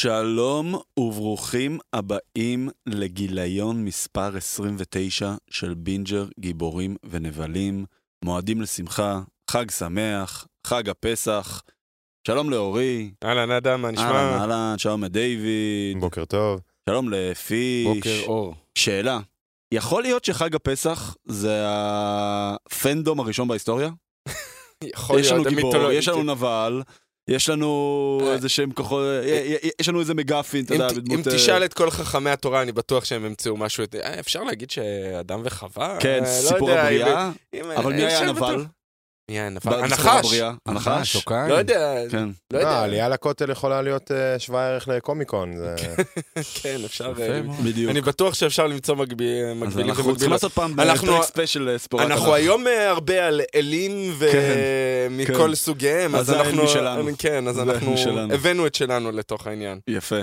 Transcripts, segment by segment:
שלום וברוכים הבאים לגיליון מספר 29 של בינג'ר גיבורים ונבלים, מועדים לשמחה, חג שמח, חג הפסח. שלום לאורי. אהלן אדם, מה נשמע? אהלן, שלום לדיוויד. בוקר טוב. שלום לפיש. בוקר אור. שאלה, יכול להיות שחג הפסח זה הפנדום הראשון בהיסטוריה? יכול יש לנו להיות, גיבור, יש לנו נבל, יש לנו איזה שהם כוחות, יש לנו איזה מגפין, אתה יודע, אם תשאל את כל חכמי התורה, אני בטוח שהם ימצאו משהו, אפשר להגיד שאדם וחווה? כן, סיפור הבריאה, אבל מי היה הנבל? מי היה הנבל? הנחש! הנחש? לא יודע, לא יודע. העלייה לכותל יכולה להיות שווה ערך לקומיקון. כן, אפשר, בדיוק. אני בטוח שאפשר למצוא מקבילים. אנחנו צריכים לעשות פעם טרק ספיישל ספורט. אנחנו היום הרבה על אלים ומכל סוגיהם, אז אנחנו הבאנו את שלנו לתוך העניין. יפה.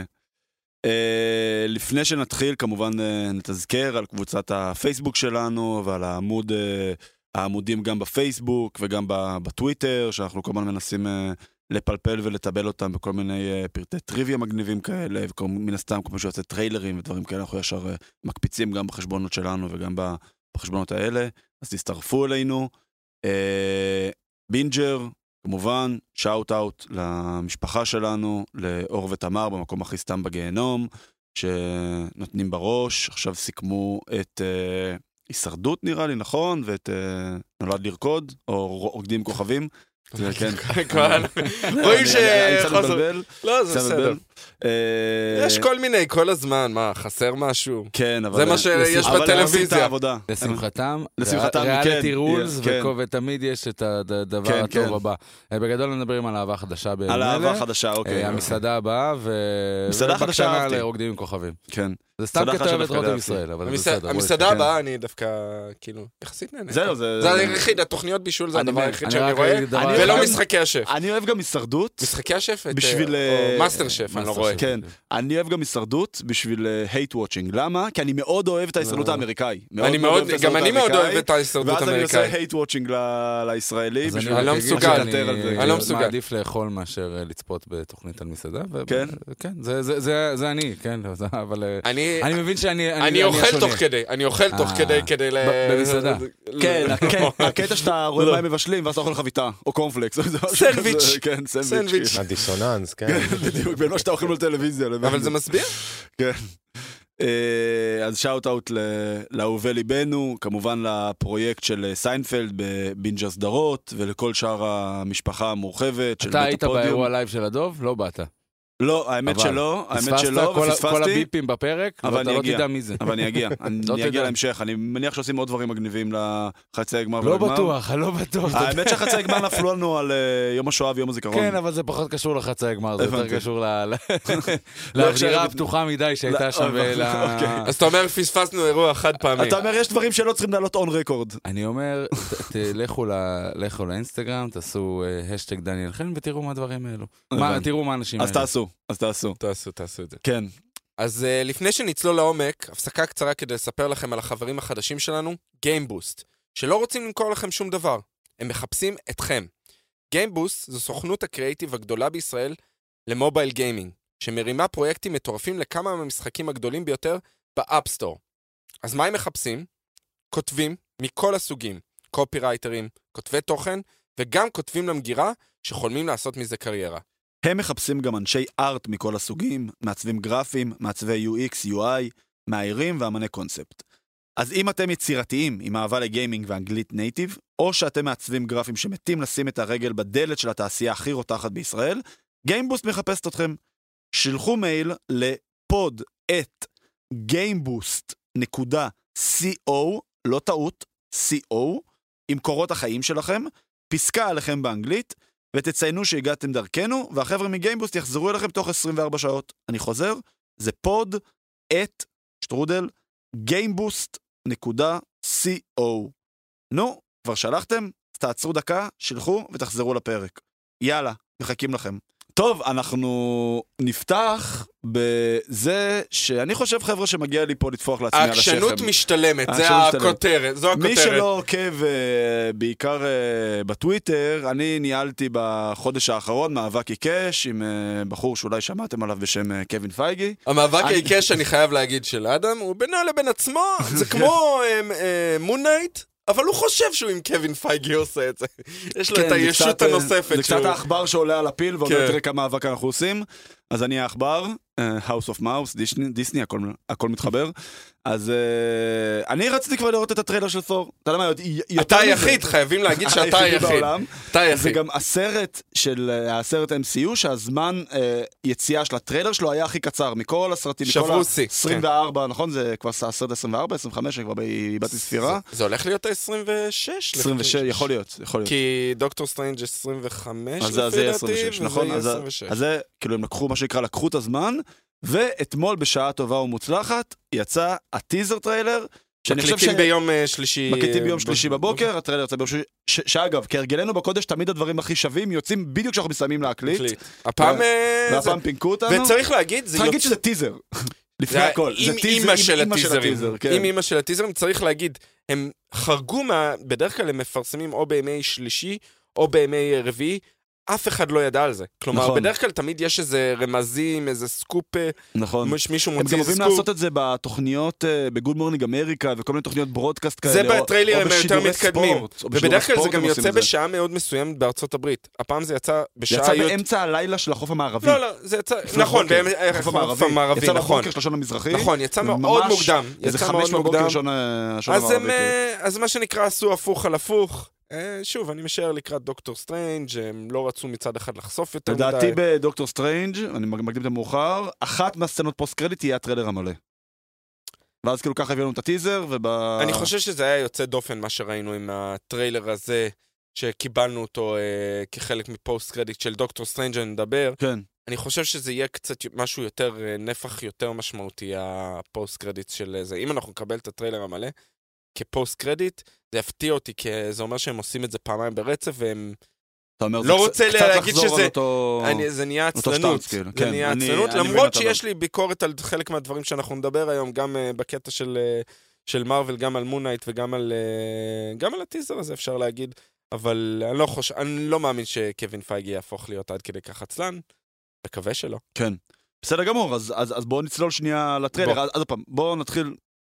לפני שנתחיל, כמובן נתזכר על קבוצת הפייסבוק שלנו ועל העמודים גם בפייסבוק וגם בטוויטר, שאנחנו כל הזמן מנסים לפלפל ולטבל אותם בכל מיני פרטי טריוויה מגניבים כאלה, ומן הסתם כמו שיוצא טריילרים ודברים כאלה, אנחנו ישר מקפיצים גם בחשבונות שלנו וגם בחשבונות האלה, אז תצטרפו אלינו. בינג'ר, כמובן, שאוט אאוט למשפחה שלנו, לאור ותמר במקום הכי סתם בגיהנום, שנותנים בראש, עכשיו סיכמו את הישרדות נראה לי, נכון? ואת נולד לרקוד, או רוקדים כוכבים. רואים שחוזר. לא, זה בסדר. יש כל מיני, כל הזמן, מה, חסר משהו? כן, אבל זה מה שיש בטלוויזיה. לשמחתם, ריאליטי רולס, ותמיד יש את הדבר הטוב הבא. בגדול נדברים על אהבה חדשה בימים אלה. על אהבה חדשה, אוקיי. המסעדה הבאה, מסעדה חדשה אהבתי. לרוקדים עם כוכבים. כן. זה סתם כתב את רותם ישראל, אבל בסדר. המסעדה הבאה, אני דווקא, כאילו, יחסית נהנה. זהו, זה היחיד, התוכניות בישול זה הדבר היחיד שאני רואה, ולא משחקי השף. אני אוהב גם הישרדות. משחקי השף? בשביל מאסטר שף, אני לא רואה. כן. אני אוהב גם הישרדות בשביל hate watching. למה? כי אני מאוד אוהב את הישרדות האמריקאי. גם אני מאוד אוהב את הישרדות האמריקאי. ואז אני עושה hate watching לישראלי. אני לא מסוגל. אני מעדיף לאכול מאשר לצפות בתוכנית על מסעדה. כן? כן, זה אני, כן. אבל אני מבין שאני אני אוכל תוך כדי, במסעדה. כן, הקטע שאתה רואה מה הם מבשלים, ואז אתה אוכל חביתה, או קורנפלקס. סנדוויץ'. כן, סנדוויץ'. הדיסוננס, כן. בדיוק, בין מה שאתה אוכל בטלוויזיה. אבל זה מסביר? כן. אז שאוט אאוט לאהובי ליבנו, כמובן לפרויקט של סיינפלד בבינג'ר סדרות, ולכל שאר המשפחה המורחבת של בית הפודיום. אתה היית באירוע לייב של הדוב? לא באת. לא, האמת שלא, ופספסתי. כל הביפים בפרק, ואתה לא תדע מי זה. אבל אני אגיע, אני אגיע להמשך, אני מניח שעושים עוד דברים מגניבים לחצי הגמר. לא בטוח, לא בטוח. האמת שחצי הגמר נפלו לנו על יום השואה ויום הזיכרון. כן, אבל זה פחות קשור לחצי הגמר, זה יותר קשור לאווירה הפתוחה מדי שהייתה שם. אז אתה אומר, פספסנו אירוע חד פעמי. אתה אומר, יש דברים שלא צריכים לעלות און רקורד. אני אומר, לכו לאינסטגרם, תעשו השטג דניאל חן ותראו מה הדברים האלו. תראו מה אנשים האלו. אז תעשו את זה. כן. אז לפני שנצלול לעומק, הפסקה קצרה כדי לספר לכם על החברים החדשים שלנו, GameBoost, שלא רוצים למכור לכם שום דבר. הם מחפשים אתכם. GameBoost זו סוכנות הקריאיטיב הגדולה בישראל למובייל גיימינג, שמרימה פרויקטים מטורפים לכמה מהמשחקים הגדולים ביותר באפסטור. אז מה הם מחפשים? כותבים מכל הסוגים, קופירייטרים, כותבי תוכן, וגם כותבים למגירה שחולמים לעשות מזה קריירה. הם מחפשים גם אנשי ארט מכל הסוגים, מעצבים גרפיים, מעצבי UX, UI, מאיירים ואמני קונספט. אז אם אתם יצירתיים עם אהבה לגיימינג ואנגלית נייטיב, או שאתם מעצבים גרפיים שמתים לשים את הרגל בדלת של התעשייה הכי רותחת בישראל, GameBoost מחפשת אתכם. שלחו מייל pod@gameboost.co, לא טעות, co, עם קורות החיים שלכם, פסקה עליכם באנגלית, ותציינו שהגעתם דרכנו, והחבר'ה מגיימבוסט יחזרו אליכם תוך 24 שעות. אני חוזר, זה pod@gameboost.co. נו, כבר שלחתם? תעצרו דקה, שלחו ותחזרו לפרק. יאללה, מחכים לכם. טוב, אנחנו נפתח בזה שאני חושב, חבר'ה, שמגיע לי פה לתפוח לעצמי על השכם. העקשנות משתלמת, זה הכותרת, זו הכותרת. מי שלא עוקב בעיקר בטוויטר, אני ניהלתי בחודש האחרון מאבק עיקש עם בחור שאולי שמעתם עליו בשם קווין פייגי. המאבק העיקש, אני חייב להגיד, של אדם, הוא בינו לבין עצמו, זה כמו מונייט, אבל הוא חושב שהוא עם קווין פייגי עושה את זה. יש לו את הישות הנוספת. זה קצת האחבר שעולה על הפיל, ואומר תראה כמה מאבק אנחנו עושים. אז אני האחבר, House of Mouse, דיסני, הכל מתחבר. אז אני רציתי כבר לראות את הטריילר של תור. אתה יודע מה, אתה היחיד, חייבים להגיד שאתה היחיד. זה גם הסרט MCU, שהזמן יציאה של הטריילר שלו היה הכי קצר, מכל הסרטים, מכל ה-24, נכון? זה כבר הסרט 24, 25, כבר באיבדתי ספירה. זה הולך להיות ה-26? 26, יכול להיות. כי דוקטור סטרנג' 25, אז זה 26, נכון? אז זה, כאילו, הם לקחו את הזמן, ואתמול בשעה טובה ומוצלחת יצא הטיזר טריילר, מקליטים ביום שלישי. מקליטים ביום שלישי בבוקר, הטריילר יצא ביום שלישי, שאגב, כהרגלנו בקודש, תמיד הדברים הכי שווים יוצאים בדיוק כשאנחנו מסיימים להקליט. והפעם פינקו אותנו. וצריך להגיד, שזה טיזר. לפני הכל. עם אימא של הטיזרים. עם אימא של הטיזרים, צריך להגיד, הם חרגו בדרך כלל הם מפרסמים או בימי שלישי, או בימי רביעי, אף אחד לא ידע על זה. כלומר, בדרך כלל תמיד יש איזה רמזים, איזה סקופ, נכון. מישהו מוציא סקופ. הם גם אוהבים לעשות את זה בתוכניות, בגוד מורנינג אמריקה, וכל מיני תוכניות ברודקאסט כאלה. זה בטריילרים יותר מתקדמים. ובדרך כלל זה גם יוצא בשעה מאוד מסוימת בארצות הברית. הפעם זה יצא בשעה... יצא באמצע הלילה של החוף המערבי. לא, זה יצא... נכון, החוף המערבי, נכון. יצא בבוקר של השעון המזרחי. נכון, יצא מאוד מוקדם. איזה 5 בבוקר שעון המערבי. אז מה שנקרא עשו הפוך על הפוך. שוב, אני משער לקראת דוקטור סטרנג', הם לא רצו מצד אחד לחשוף יותר מדי. לדעתי בדוקטור סטרנג', אני מקדים את המאוחר, אחת מהסצנות פוסט קרדיט תהיה הטריילר המלא. ואז כאילו ככה הביאנו את הטיזר, אני חושב שזה היה יוצא דופן מה שראינו עם הטריילר הזה, שקיבלנו אותו כחלק מפוסט קרדיט של דוקטור סטרנג' אני מדבר. כן. אני חושב שזה יהיה קצת משהו יותר, נפח יותר משמעותי, הפוסט קרדיט של זה. אם אנחנו נקבל את הטריילר המלא, כפוסט קרדיט, זה יפתיע אותי, כי זה אומר שהם עושים את זה פעמיים ברצף, והם לא רוצה להגיד שזה... זה נהיה עצלנות. זה נהיה עצלנות, למרות שיש לי ביקורת על חלק מהדברים שאנחנו נדבר היום, גם בקטע של מרוול, גם על מונייט וגם על הטיזר הזה, אפשר להגיד. אבל אני לא מאמין שקווין פייגי יהפוך להיות עד כדי כך עצלן. מקווה שלא. כן. בסדר גמור, אז בואו נצלול שנייה לטריילר. אז הפעם, בואו נתחיל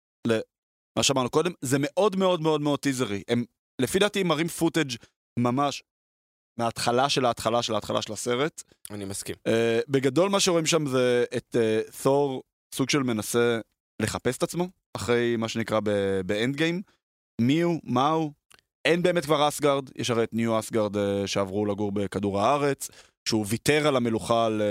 מה שאמרנו קודם, זה מאוד מאוד מאוד מאוד טיזרי. הם, לפי דעתי, מראים פוטאג' ממש מההתחלה של ההתחלה של ההתחלה של הסרט. אני מסכים. בגדול מה שרואים שם זה את תור, סוג של מנסה לחפש את עצמו, אחרי מה שנקרא באנד גיים. מי הוא? מה הוא? אין באמת כבר אסגרד, יש הרי את ניו אסגרד שעברו לגור בכדור הארץ, שהוא ויתר על המלוכה על...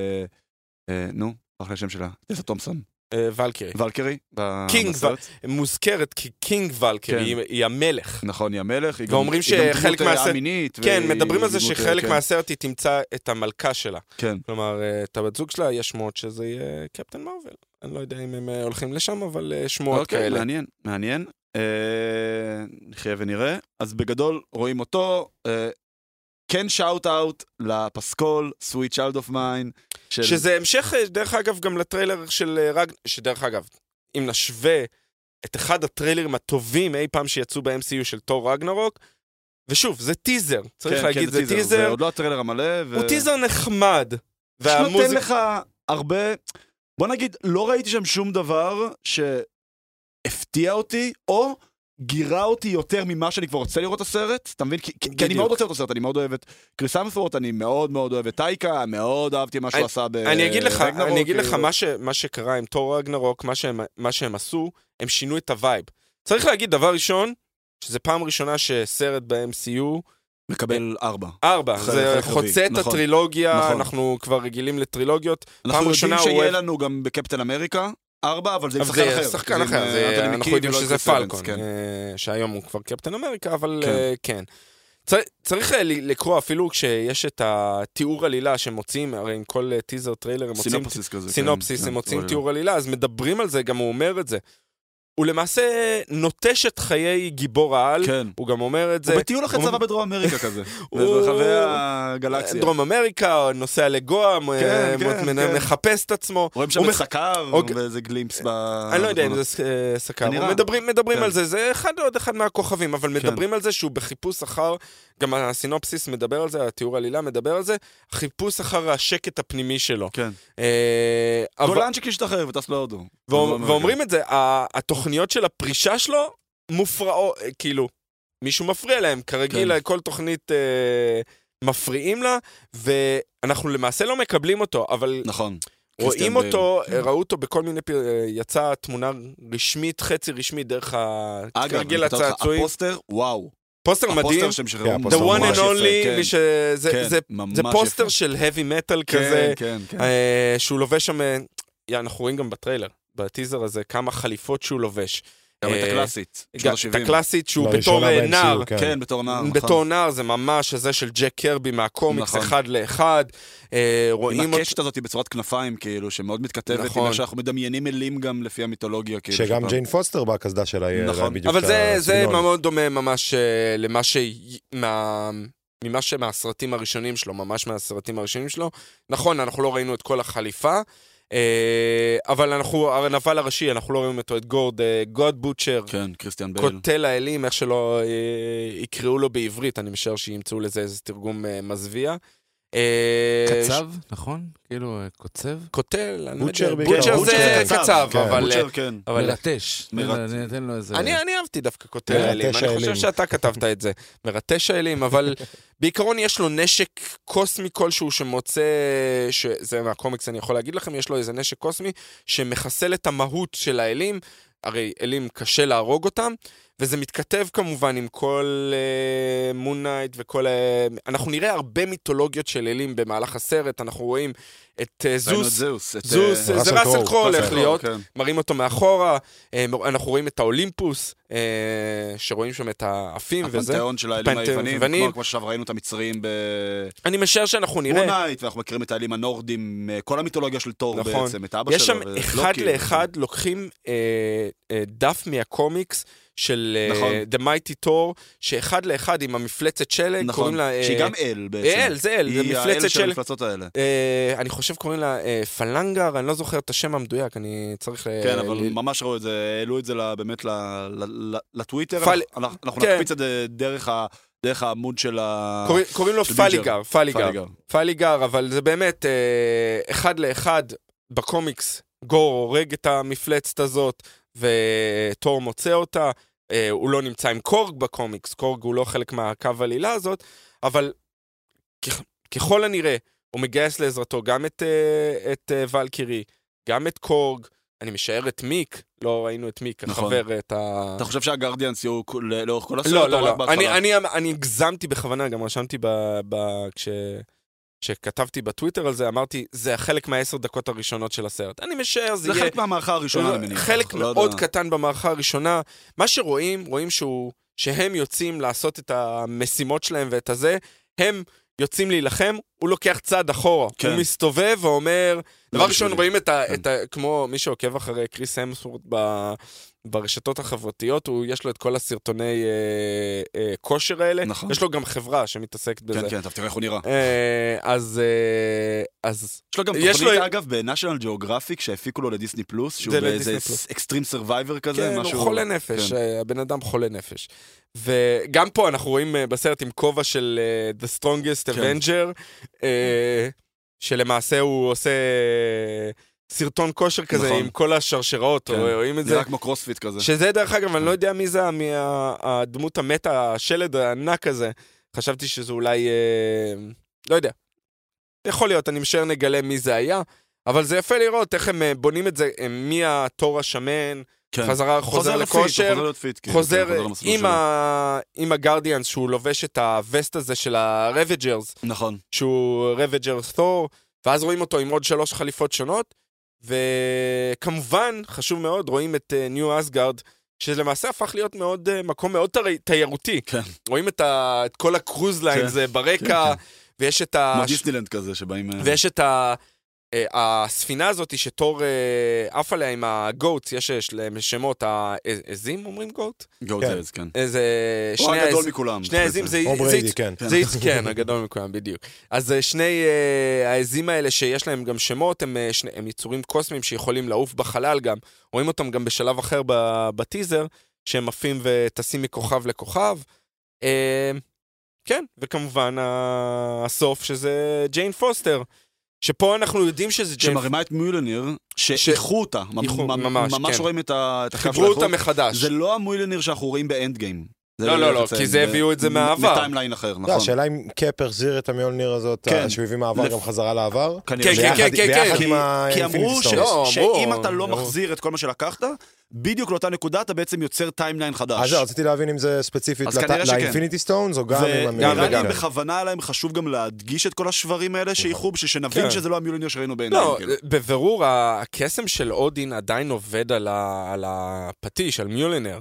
אחרי השם שלה, טסה תומפסון. ולקרי. ולקרי. מוזכרת כקינג ולקרי, היא המלך. נכון, היא המלך. ואומרים שחלק מהסרט... כן, מדברים על זה שחלק מהסרט היא תמצא את המלכה שלה. כן. כלומר, את הבת זוג שלה יש שמועות שזה יהיה קפטן מרוול. אני לא יודע אם הם הולכים לשם, אבל שמועות כאלה. מעניין. נחיה ונראה. אז בגדול רואים אותו... כן שאוט אאוט לפסקול, Sweet Child of Mine. שזה המשך, דרך אגב, גם לטריילר של שדרך אגב, אם נשווה את אחד הטריילרים הטובים אי פעם שיצאו ב-MCU של תור רגנרוק, ושוב, זה טיזר, צריך להגיד, זה טיזר. זה עוד לא הטריילר המלא. הוא טיזר נחמד. שנותן לך הרבה, בוא נגיד, לא ראיתי שם שום דבר שהפתיע אותי, או... גירה אותי יותר ממה שאני כבר רוצה לראות את הסרט, אתה מבין? כי אני מאוד רוצה לראות את הסרט, אני מאוד אוהב את קריס המפורט, אני מאוד מאוד אוהב את טייקה, מאוד אהבתי מה שהוא עשה ברגנרוק. אני אגיד לך, מה שקרה עם תור רגנרוק, מה שהם עשו, הם שינו את הווייב. צריך להגיד, דבר ראשון, שזה פעם ראשונה שסרט ב-MCU, מקבל 4. 4, זה חוצה את הטרילוגיה, אנחנו כבר רגילים לטרילוגיות. אנחנו יודעים שיהיה לנו גם בקפטן אמריקה, 4, אבל זה שחקן אחר. אנחנו יודעים שזה פלקון, שהיום הוא כבר קפטן אמריקה, אבל כן. צריך לקרוא אפילו כשיש את התיאור עלילה שמוצאים, הרי עם כל טיזר טריילר הם מוצאים סינופסיס, הם מוצאים תיאור עלילה, אז מדברים על זה, גם הוא אומר את זה. הוא למעשה נוטש את חיי גיבור העל, כן. הוא גם אומר את זה. הוא בטיול אחרי צבא בדרום אמריקה כזה, ברחבי הגלקסיה. דרום אמריקה, נוסע לגואה, מחפש את עצמו. רואים שם סקר, ואיזה גלימפס אני לא יודע אם זה סקר. מדברים על זה, זה עוד אחד מהכוכבים, אבל מדברים על זה שהוא בחיפוש אחר, גם הסינופסיס מדבר על זה, התיאור עלילה מדבר על זה, חיפוש אחר השקט הפנימי שלו. כן. גולנצ'יק ישתחרר וטס להודו. ואומרים את זה, התוכניות של הפרישה שלו מופרעות, כאילו, מישהו מפריע להם, כרגיל, כל תוכנית מפריעים לה, ואנחנו למעשה לא מקבלים אותו, אבל נכון. רואים אותו, ראו אותו בכל מיני, יצאה תמונה רשמית, חצי רשמית, דרך כרגיל הצעצועים. הפוסטר, וואו. פוסטר מדהים, הפוסטר שהם שחררו. The one and only, זה פוסטר של heavy metal כזה, שהוא לובש שם, אנחנו רואים גם בטריילר, בטיזר הזה, כמה חליפות שהוא לובש. גם את הקלאסית. את הקלאסית שהוא בתור נער. כן, בתור נער. בתור נער, זה ממש הזה של ג'ק קרבי מהקומיקס, אחד לאחד. עם הקשת הזאת בצורת כנפיים, כאילו, שמאוד מתכתבת, עם שאנחנו מדמיינים אלים גם לפי המיתולוגיה. שגם ג'יין פוסטר בהקסדה שלה יהיה בדיוק. אבל זה מאוד דומה ממש למה ממה שמהסרטים הראשונים שלו, ממש מהסרטים הראשונים שלו. נכון, אנחנו לא ראינו את כל החליפה, אבל הנבל הראשי, אנחנו לא רואים אותו, את גוד בוטשר, כן, קריסטיאן בל, קוטל האלים, איך שלא יקראו לו בעברית, אני משער שימצאו לזה איזה תרגום מזוויע. קצב, נכון? כאילו, קוצב? קוטל, בוטשר זה קצב, אבל מרטש, ניתן לו איזה... אני אהבתי דווקא קוטל האלים, אני חושב שאתה כתבת את זה, מרטש האלים, אבל בעיקרון יש לו נשק קוסמי כלשהו שמוצא, שזה מהקומיקס אני יכול להגיד לכם, יש לו איזה נשק קוסמי שמחסל את המהות של האלים, הרי אלים קשה להרוג אותם, וזה מתכתב כמובן עם כל מון נייט וכל... אנחנו נראה הרבה מיתולוגיות של אלים במהלך הסרט, אנחנו רואים את זוס, זה ראסל קרו הולך להיות, מראים אותו מאחורה, אנחנו רואים את האולימפוס, שרואים שם את האפים וזה. הפנתיאון של האלים היוונים, כמו שעכשיו ראינו את המצרים אני משער שאנחנו נראה... מון נייט, ואנחנו מכירים את האלים הנורדים, כל המיתולוגיה של תור בעצם, את אבא שלו. יש שם אחד לאחד, לוקחים דף מהקומיקס, של The Mighty Thor, שאחד לאחד עם המפלצת שלג, קוראים לה... שהיא גם אל בעצם. זה אל, זה מפלצת של... המפלצות האלה. אני חושב קוראים לה פלנגר, אני לא זוכר את השם המדויק, אני צריך... כן, אבל ממש ראו את זה, העלו את זה באמת לטוויטר, אנחנו נקפיץ את זה דרך העמוד של ה... קוראים לו פליגר, אבל זה באמת אחד לאחד בקומיקס, גור הורג את המפלצת הזאת, ותור מוצא אותה, הוא לא נמצא עם קורג בקומיקס, קורג הוא לא חלק מהקו העלילה הזאת, אבל ככל הנראה, הוא מגייס לעזרתו גם את ולקירי, גם את קורג, אני משער את מיק, לא ראינו את מיק, החבר את ה... אתה חושב שהגרדיאנס יהיו לאורך כל הסרט? לא, אני הגזמתי בכוונה, גם רשמתי כשכתבתי בטוויטר על זה, אמרתי, זה החלק מה10 דקות הראשונות של הסרט. אני משער, זה יהיה... זה חלק מהמערכה הראשונה, אני מניח. חלק מאוד קטן במערכה הראשונה. מה שרואים שהם יוצאים לעשות את המשימות שלהם ואת הזה, הם יוצאים להילחם, הוא לוקח צעד אחורה. הוא מסתובב ואומר... דבר ראשון, רואים כמו מי שעוקב אחרי קריס המסוורט ברשתות החברתיות, יש לו את כל הסרטוני כושר האלה. יש לו גם חברה שמתעסקת בזה. כן, תראה איך הוא נראה. אז... יש לו גם תוכנית, אגב, בנשיונל ג'אוגרפיק, שהפיקו לו לדיסני פלוס, שהוא באיזה אקסטרים סרווייבר כזה. כן, הוא חולה נפש, הבן אדם חולה נפש. וגם פה אנחנו רואים בסרט עם כובע של The Strongest Avenger, שלמעשה הוא עושה סרטון כושר כזה עם כל השרשראות, רואים את זה? נראה כמו קרוספיט כזה. שזה דרך אגב, אני לא יודע מי זה הדמות המתה, השלד הענק הזה. חשבתי שזה אולי, לא יודע. יכול להיות, אני משער נגלה מי זה היה, אבל זה יפה לראות איך הם בונים את זה, מי התור השמן, חוזר לכושר, חוזר עם הגרדיאנס שהוא לובש את הווסט הזה של הרבג'רס, נכון, שהוא רבג'רס תור, ואז רואים אותו עם עוד 3 חליפות שונות, וכמובן חשוב מאוד רואים את ניו אסגרד, שלמעשה הפך להיות מקום מאוד תיירותי, רואים את כל הקרוז ליין זה ברקע, ויש את דיסנילנד כזה שבאים, ויש את הספינה הזאת שתור עף עליה עם הגוטס, יש להם שמות, העזים אומרים גוט? גוט זה עז, כן. או הגדול מכולם. שני העזים, זה כן, הגדול מכולם, בדיוק. אז שני העזים האלה שיש להם גם שמות, הם יצורים קוסמיים שיכולים לעוף בחלל גם, רואים אותם גם בשלב אחר בטיזר, שהם עפים וטסים מכוכב לכוכב. כן, וכמובן הסוף שזה ג'יין פוסטר. שפה אנחנו יודעים שזה ג'יין... שמרימה את מיולניר, שאיחו אותה. ממש רואים את הקו של חיברו אותה מחדש. זה לא המיולניר שאנחנו רואים באנד גיים. לא, כי זה הביאו את זה מהעבר. מטיימליין אחר, נכון. השאלה אם קאפ החזיר את המיולניר הזאת, שהוא הביא מהעבר גם חזרה לעבר? כן. כי אמרו שאם אתה לא מחזיר את כל מה שלקחת, בדיוק לאותה נקודה אתה בעצם יוצר טיימליין חדש. אז רציתי להבין אם זה ספציפית לאינפיניטי סטונס, או גם עם המיולניר. ונראה לי בכוונה עליהם חשוב גם להדגיש את כל השברים האלה שאיחו, בשביל שנבין שזה לא המיולניר שראינו בעיניים. לא, בבירור הקסם של אודין עדיין עובד על הפטיש, על מיולניר.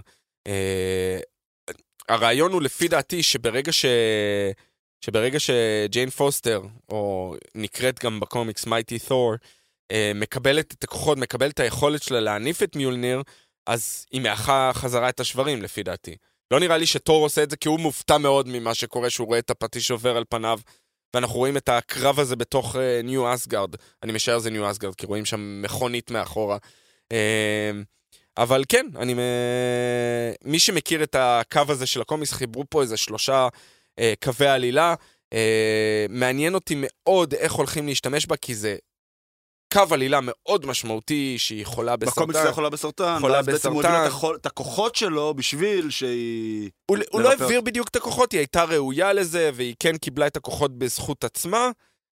הרעיון הוא לפי דעתי שברגע שג'יין פוסטר, או נקראת גם בקומיקס מייטי תור, מקבלת את הכוחות, מקבלת את היכולת שלה להניף את מיולניר, אז היא מאחה חזרה את השברים לפי דעתי. לא נראה לי שתור עושה את זה, כי הוא מופתע מאוד ממה שקורה, שהוא רואה את הפטיש עובר על פניו, ואנחנו רואים את הקרב הזה בתוך ניו אסגרד. אני משער זה ניו אסגרד, כי רואים שם מכונית מאחורה. אבל כן, מי שמכיר את הקו הזה של הקומיקס, חיברו פה איזה 3 קווי עלילה, מעניין אותי מאוד איך הולכים להשתמש בה, כי זה קו עלילה מאוד משמעותי שהיא חולה בסרטן. בקומיקס זה חולה בסרטן, ואז בעצם הוא הביא את הכוחות שלו בשביל שהיא... הוא לא העביר בדיוק את הכוחות, היא הייתה ראויה לזה, והיא כן קיבלה את הכוחות בזכות עצמה.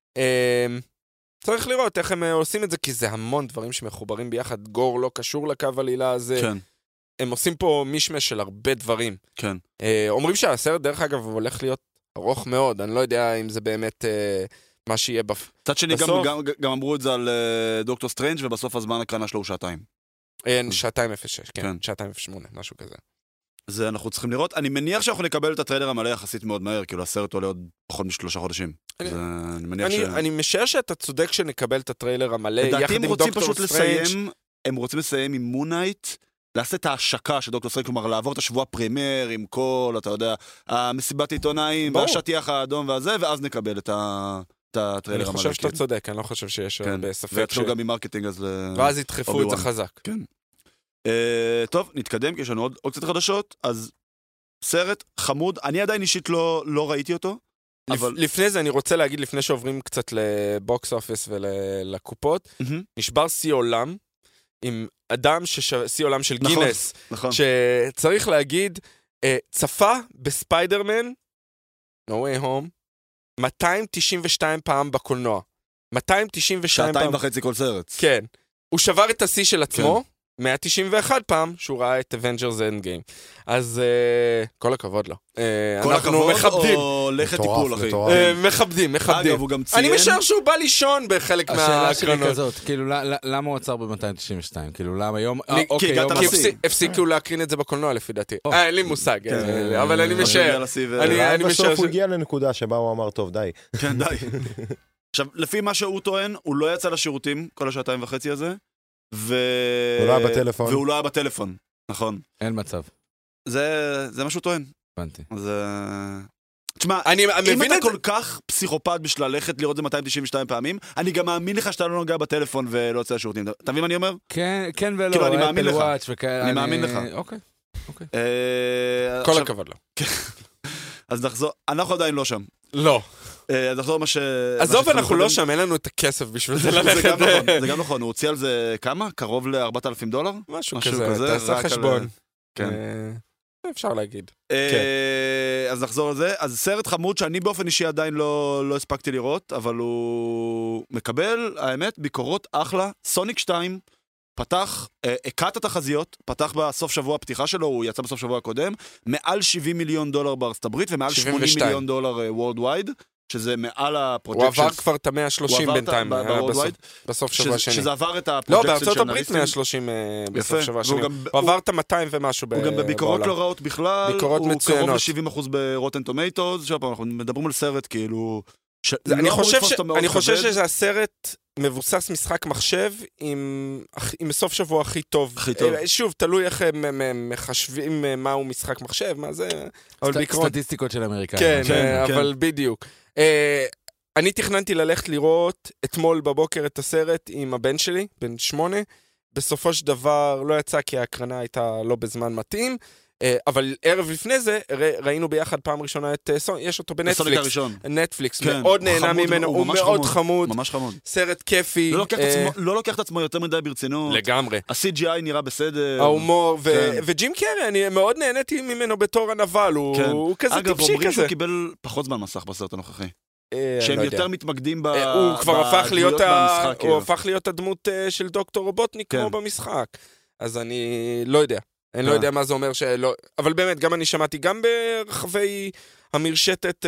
צריך לראות איך הם עושים את זה, כי זה המון דברים שמחוברים ביחד. גור לא קשור לקו עלילה הזה. כן. הם עושים פה מישמש של הרבה דברים. כן. אומרים שהסרט, דרך אגב, הוא הולך להיות ארוך מאוד. אני לא יודע אם זה באמת מה שיהיה בסוף. צד שני, גם אמרו את זה על דוקטור סטרנג' ובסוף הזמן הקרנה שלו הוא 2 שעות. 2:06, כן. 2:08, משהו כזה. זה אנחנו צריכים לראות. אני מניח שאנחנו נקבל את הטריילר המלא יחסית מאוד מהר, כאילו הסרט עולה עוד פחות מ3 חודשים. אני משער שאתה צודק שנקבל את הטריילר המלא יחד עם דוקטור סטרנג'. הם רוצים לסיים עם מונייט, לעשות את ההשקה של דוקטור סטרנג', כלומר לעבור את השבוע פרימייר עם כל, אתה יודע, המסיבת עיתונאים, והשטיח האדום והזה, ואז נקבל את הטריילר המלא. אני חושב שאתה צודק, אני לא חושב שיש בספק. ויתחילו גם ממרקטינג, אז... ואז ידחפו את זה חזק. כן. טוב, נתקדם, כי יש לנו עוד קצת חדשות, אז סרט חמוד, אני עדיין אישית לא ראיתי אותו, אבל... לפני זה אני רוצה להגיד, לפני שעוברים קצת לבוקס אופיס ולקופות, נשבר שיא עולם, עם אדם, שיא עולם של גינס, שצריך להגיד, צפה בספיידרמן, No Way Home, 292 פעם בקולנוע. 292 פעם. 2.5 כל סרט. כן. הוא שבר את השיא של עצמו, 191 פעם שהוא ראה את Avengers Endgame. אז כל הכבוד לו. כל הכבוד או לכת טיפול, אחי? מכבדים. אגב, הוא גם ציין... אני משער שהוא בא לישון בחלק מהקרנות. השאלה שלי כזאת, כאילו, למה הוא עצר ב-292? כאילו, למה יום... כי הפסיקו להקרין את זה בקולנוע לפי דעתי. אין לי מושג, אבל אני משער. בסוף הוא הגיע לנקודה שבה הוא אמר, טוב, די. כן, די. עכשיו, לפי מה שהוא טוען, הוא לא יצא לשירותים כל 2.5 שעות הזה. הוא לא היה בטלפון. והוא לא היה בטלפון, נכון. אין מצב. זה מה שהוא טוען. הבנתי. אז... תשמע, אם אתה כל כך פסיכופת בשביל ללכת לראות זה 292 פעמים, אני גם מאמין לך שאתה לא נוגע בטלפון ולא יוצא לשירותים. אתה מבין מה אני אומר? כן ולא. כאילו, אני מאמין לך. אני מאמין לך. אוקיי. כל הכבוד לו. אז נחזור, אנחנו עדיין לא שם. לא. אז נחזור מה ש... עזוב, אנחנו לא שם, אין לנו את הכסף בשביל זה ללכת. זה גם נכון, הוא הוציא על זה כמה? קרוב ל$4,000? משהו כזה, תעשה חשבון. כן. אפשר להגיד. אז נחזור על זה. אז סרט חמוד שאני באופן אישי עדיין לא הספקתי לראות, אבל הוא מקבל, האמת, ביקורות אחלה. סוניק 2 פתח, הקעת התחזיות, פתח בסוף שבוע הפתיחה שלו, הוא יצא בסוף שבוע הקודם, מעל $70 מיליון בארצות הברית, ומעל $80 מיליון worldwide, שזה מעל הפרוג'קשנס. הוא עבר כבר את ה-130 בינתיים, בסוף שבוע שני. שזה עבר את הפרוג'קשנס של אנליסטים. לא, בארצות הברית 130 בסוף שבוע שני. הוא עבר את ה-200 ומשהו בעולם. הוא גם בביקורות לא רעות בכלל. ביקורות מצוינות. הוא קרוב ל-70% ברוטן טומטוס. שוב פעם, אנחנו מדברים על סרט כאילו אני חושב שזה הסרט מבוסס משחק מחשב עם סוף שבוע הכי טוב. שוב, תלוי איך הם מחשבים מהו משחק מחשב, מה זה... סטטיסטיקות של אמריקאים. כן, אבל בדיוק. אני תכננתי ללכת לראות אתמול בבוקר את הסרט עם הבן שלי, בן 8. בסופו של דבר לא יצא כי ההקרנה הייתה לא בזמן מתאים. אבל ערב לפני זה ראינו ביחד פעם ראשונה את יש אותו בנטפליקס. נטפליקס, מאוד נהנה ממנו, הוא מאוד חמוד. ממש חמוד. סרט כיפי. לא לוקח את עצמו יותר מדי ברצינות. לגמרי. ה-CGI נראה בסדר. ההומור, וג'ים קרי, אני מאוד נהניתי ממנו בתור הנבל, הוא כזה טיפשי כזה. אגב, אומרים שהוא קיבל פחות זמן מסך בסרט הנוכחי. שהם יותר מתמקדים הוא כבר הפך להיות הדמות של דוקטור רובוטניק כמו במשחק. אז אני לא יודע. אני לא יודע מה זה אומר שלא... אבל באמת, גם אני שמעתי, גם ברחבי המרשתת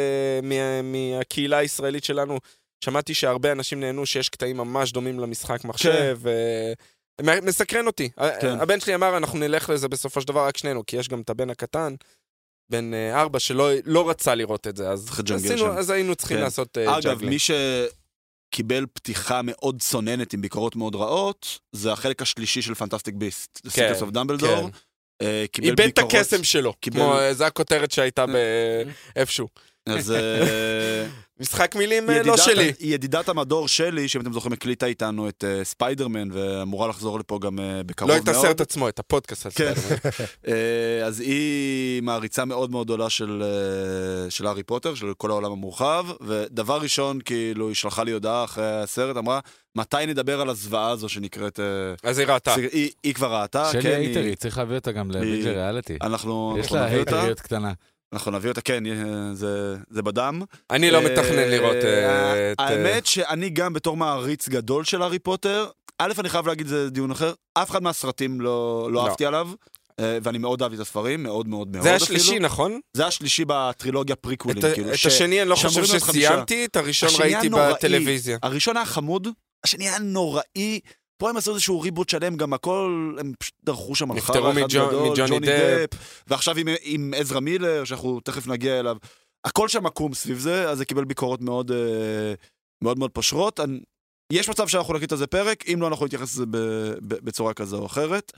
מהקהילה הישראלית שלנו, שמעתי שהרבה אנשים נהנו שיש קטעים ממש דומים למשחק מחשב, מסקרן אותי. הבן שלי אמר, אנחנו נלך לזה בסופו של דבר רק שנינו, כי יש גם את הבן הקטן, בן 4, שלא רצה לראות את זה, אז היינו צריכים לעשות ג'אגלינג. אגב, מי קיבל פתיחה מאוד צוננת עם ביקורות מאוד רעות, זה החלק השלישי של פנטסטיק ביסט, The Secrets of Dumbledore. איבד את הקסם שלו, זה הכותרת שהייתה באיפשהו. אז משחק מילים לא שלי. ידידת המדור שלי, שאם אתם זוכרים, הקליטה איתנו את ספיידרמן, ואמורה לחזור לפה גם בקרוב מאוד. לא את הסרט עצמו, את הפודקאסט על ספיידרמן. אז היא מעריצה מאוד מאוד גדולה של הארי פוטר, של כל העולם המורחב, ודבר ראשון, כאילו, היא שלחה לי הודעה אחרי הסרט, אמרה, מתי נדבר על הזוועה הזו שנקראת... אז היא ראתה. היא כבר ראתה, שלי הייטרי, צריך להביא אותה גם לביג'ר ריאליטי. יש לה הייטריות קטנה. אנחנו נביא אותה, כן, זה בדם. אני לא מתכנן לראות... האמת שאני גם בתור מעריץ גדול של הארי פוטר, א', אני חייב להגיד, זה דיון אחר, אף אחד מהסרטים לא אהבתי עליו, ואני מאוד אהבתי את הספרים, מאוד מאוד מאוד. זה השלישי, נכון? זה השלישי בטרילוגיה פריקוולים. את השני אני לא חושב שסיימתי, את הראשון ראיתי בטלוויזיה. הראשון היה חמוד, השני היה נוראי, פה הם עשו איזשהו ריבוט שלם, גם הכל, הם פשוט דרכו שם על חרא אחד גדול, ג'וני דפ, ועכשיו עם עזרא מילר, שאנחנו תכף נגיע אליו, הכל שם מקום סביב זה, אז זה קיבל ביקורות מאוד מאוד מאוד פשרות. יש מצב שאנחנו נקליט על זה פרק, אם לא אנחנו נתייחס לזה בצורה כזו או אחרת.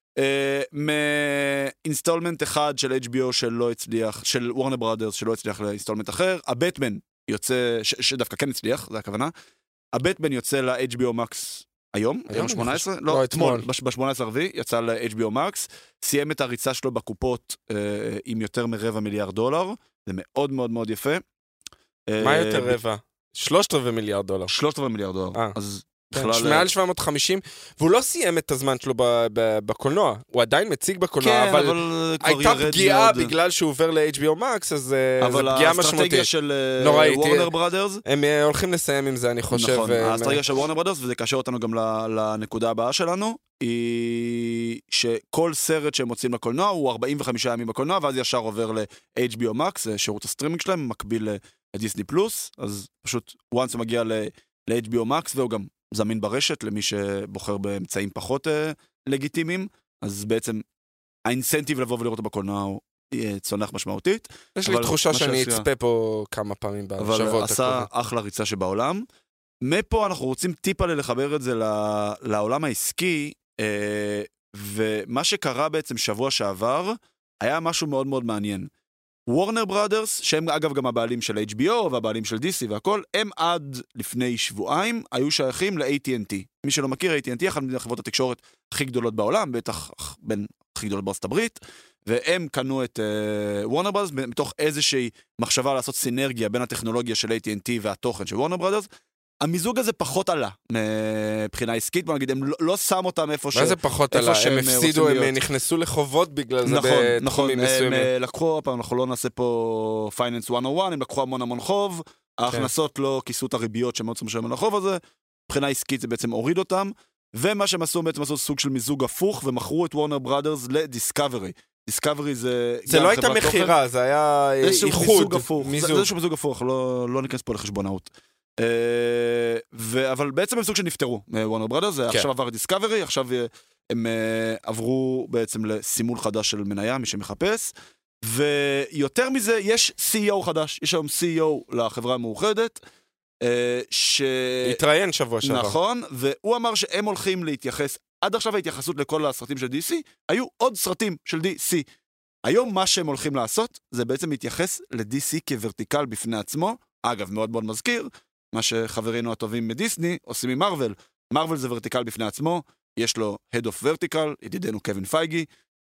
מאינסטולמנט אחד של HBO שלא הצליח, של וורנר ברודרס שלא הצליח לאינסטולמנט אחר, הבטמן יוצא, שדווקא כן הצליח, זה הכוונה, הבטמן יוצא ל-HBO Max היום 18? לא, אתמול, ב-18 הרביעי, יצא ל-HBO Max, סיים את הריצה שלו בקופות עם יותר מ$250 מיליארד, זה מאוד מאוד מאוד יפה. מה יותר רבע? $300 מיליארד. $300 מיליארד, אז מעל 750, והוא לא סיים את הזמן שלו בקולנוע, הוא עדיין מציג בקולנוע, אבל הייתה פגיעה בגלל שהוא עובר ל-HBO Max, אז זה פגיעה משמעותית. אבל האסטרטגיה של וורנר ברודרס, הם הולכים לסיים עם זה, אני חושב. נכון, האסטרטגיה של וורנר ברודרס, וזה קשר אותנו גם לנקודה הבאה שלנו, היא שכל סרט שהם מוצאים לקולנוע, הוא 45 ימים בקולנוע, ואז ישר עובר ל-HBO Max, שירות הסטרימינג שלהם, מקביל לדיסני פלוס, אז פשוט once הוא מגיע ל-HBO Max, והוא גם זמין ברשת למי שבוחר באמצעים פחות לגיטימיים, אז בעצם האינסנטיב לבוא ולראות אותו בקולנוע הוא צונח משמעותית. יש לי תחושה שאני אצפה פה כמה פעמים בשבועות. אבל עשה אחלה ריצה שבעולם. מפה אנחנו רוצים טיפה לחבר את זה לעולם העסקי, ומה שקרה בעצם שבוע שעבר, היה משהו מאוד מאוד מעניין. וורנר ברודרס, שהם אגב גם הבעלים של HBO והבעלים של DC והכל, הם עד לפני שבועיים היו שייכים ל-AT&T. מי שלא מכיר, AT&T אחת מחברות התקשורת הכי גדולות בעולם, בטח בין הכי גדולות בארצות הברית, והם קנו את וורנר ברודרס מתוך איזושהי מחשבה לעשות סינרגיה בין הטכנולוגיה של AT&T והתוכן של וורנר ברודרס. המיזוג הזה פחות עלה מבחינה עסקית, בוא נגיד, הם לא שם אותם איפה מה זה פחות עלה? הם הפסידו, הם נכנסו לחובות בגלל זה בתחומים מסוימים. הם לקחו, אנחנו לא נעשה פה Finance 101, הם לקחו המון חוב, ההכנסות לא כיסו את הריביות שמאוד שמשלם על החוב הזה, מבחינה עסקית זה בעצם הוריד אותם, ומה שהם עשו בעצם עשו סוג של מיזוג הפוך, ומכרו את וורנר ברודרס לדיסקאברי. דיסקאברי זה... זה לא הייתה מחירה, זה היה איחוד. זה איזשהו מיזוג הפוך, לא ניכנס פה לחשבונאות. אבל בעצם הם סוג שנפטרו וורנר ברודרס, זה עכשיו עבר דיסקאברי, עכשיו הם עברו בעצם לסימול חדש של מניה, מי שמחפש, ויותר מזה, יש CEO חדש, יש היום CEO לחברה המאוחדת, התראיין שבוע שעבר. נכון, והוא אמר שהם הולכים להתייחס, עד עכשיו ההתייחסות לכל הסרטים של DC, היו עוד סרטים של DC. היום מה שהם הולכים לעשות, זה בעצם להתייחס ל-DC כוורטיקל בפני עצמו, אגב, מאוד מאוד מזכיר, מה שחברינו הטובים מדיסני עושים עם מרוול. מרוול זה ורטיקל בפני עצמו, יש לו Head of Vertical, ידידנו קווין פייגי,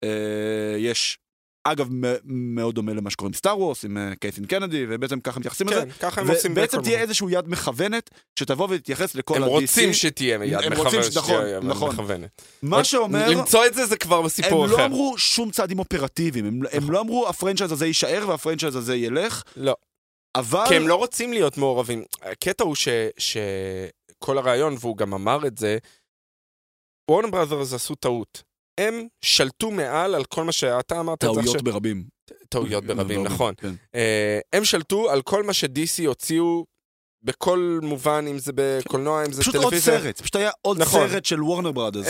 יש, אגב, מאוד דומה למה שקוראים סטאר וורס, עם קיית'לין קנדי, ובעצם ככה מתייחסים לזה. כן, ככה הם עושים. ובעצם תהיה איזשהו יד מכוונת, שתבוא ותתייחס לכל ה-DC. הם רוצים שתהיה יד מכוונת. מה שאומר... למצוא את זה, זה כבר בסיפור אחר. הם לא אמרו שום צעדים אופרטיביים, הם לא אמרו, הפרנצ'ייז הזה יישאר, והפרנצ'ייז הזה ילך. לא. אבל... כי הם לא רוצים להיות מעורבים. הקטע הוא שכל הרעיון, והוא גם אמר את זה, וורנר בראזרס עשו טעות. הם שלטו מעל על כל מה שאתה אמרת. טעויות ברבים. טעויות ברבים, נכון. הם שלטו על כל מה ש-DC הוציאו בכל מובן, אם זה בקולנוע, אם זה טלוויזיה. פשוט עוד סרט, פשוט היה עוד סרט של וורנר בראדרס.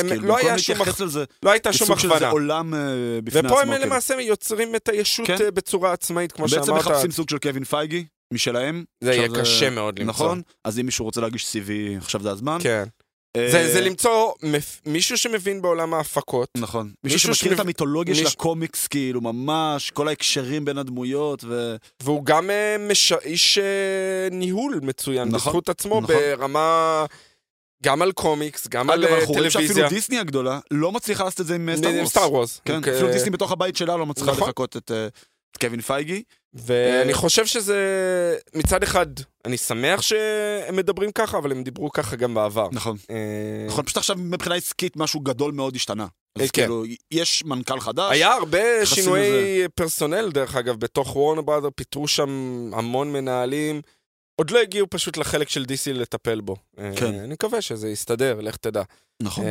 לא הייתה שום הכוונה. זה עולם בפני עצמו. ופה הם למעשה יוצרים את הישות בצורה עצמאית, כמו שאמרת. בעצם מחפשים סוג של קווין פייגי, משלהם. זה יהיה קשה מאוד למצוא. נכון, אז אם מישהו רוצה להגיש CV, עכשיו זה הזמן. כן. זה למצוא מישהו שמבין בעולם ההפקות. נכון. מישהו שמכיר את המיתולוגיה של הקומיקס, כאילו, ממש, כל ההקשרים בין הדמויות. והוא גם איש ניהול מצוין, בזכות עצמו, ברמה... גם על קומיקס, גם על טלוויזיה. אנחנו רואים שאפילו דיסני הגדולה לא מצליחה לעשות את זה עם סטאר וורס. כן, אפילו דיסני בתוך הבית שלה לא מצליחה לחכות את קווין פייגי. ואני חושב שזה, מצד אחד, אני שמח שהם מדברים ככה, אבל הם דיברו ככה גם בעבר. נכון. נכון, פשוט עכשיו מבחינה עסקית משהו גדול מאוד השתנה. אז כאילו, יש מנכ"ל חדש. היה הרבה שינויי פרסונל, דרך אגב, בתוך וורנר בראדר, פיתרו שם המון מנהלים. עוד לא הגיעו פשוט לחלק של DC לטפל בו. אני מקווה שזה יסתדר, לך תדע. נכון.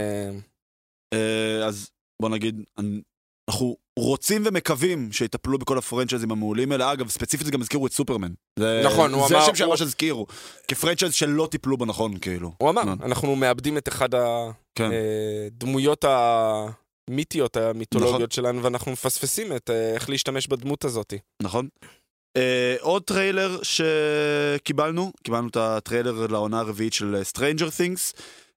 אז בוא נגיד, אנחנו רוצים ומקווים שיטפלו בכל הפרנצ'ייזים המעולים האלה. אגב, ספציפית גם הזכירו את סופרמן. נכון, הוא אמר... זה השם שממש הזכירו. כפרנצ'ייז שלא טיפלו בו נכון, כאילו. הוא אמר, אנחנו מאבדים את אחד הדמויות המיתיות, המיתולוגיות שלנו, ואנחנו מפספסים את איך להשתמש בדמות הזאת. נכון. עוד טריילר שקיבלנו את הטריילר לעונה הרביעית של Stranger Things,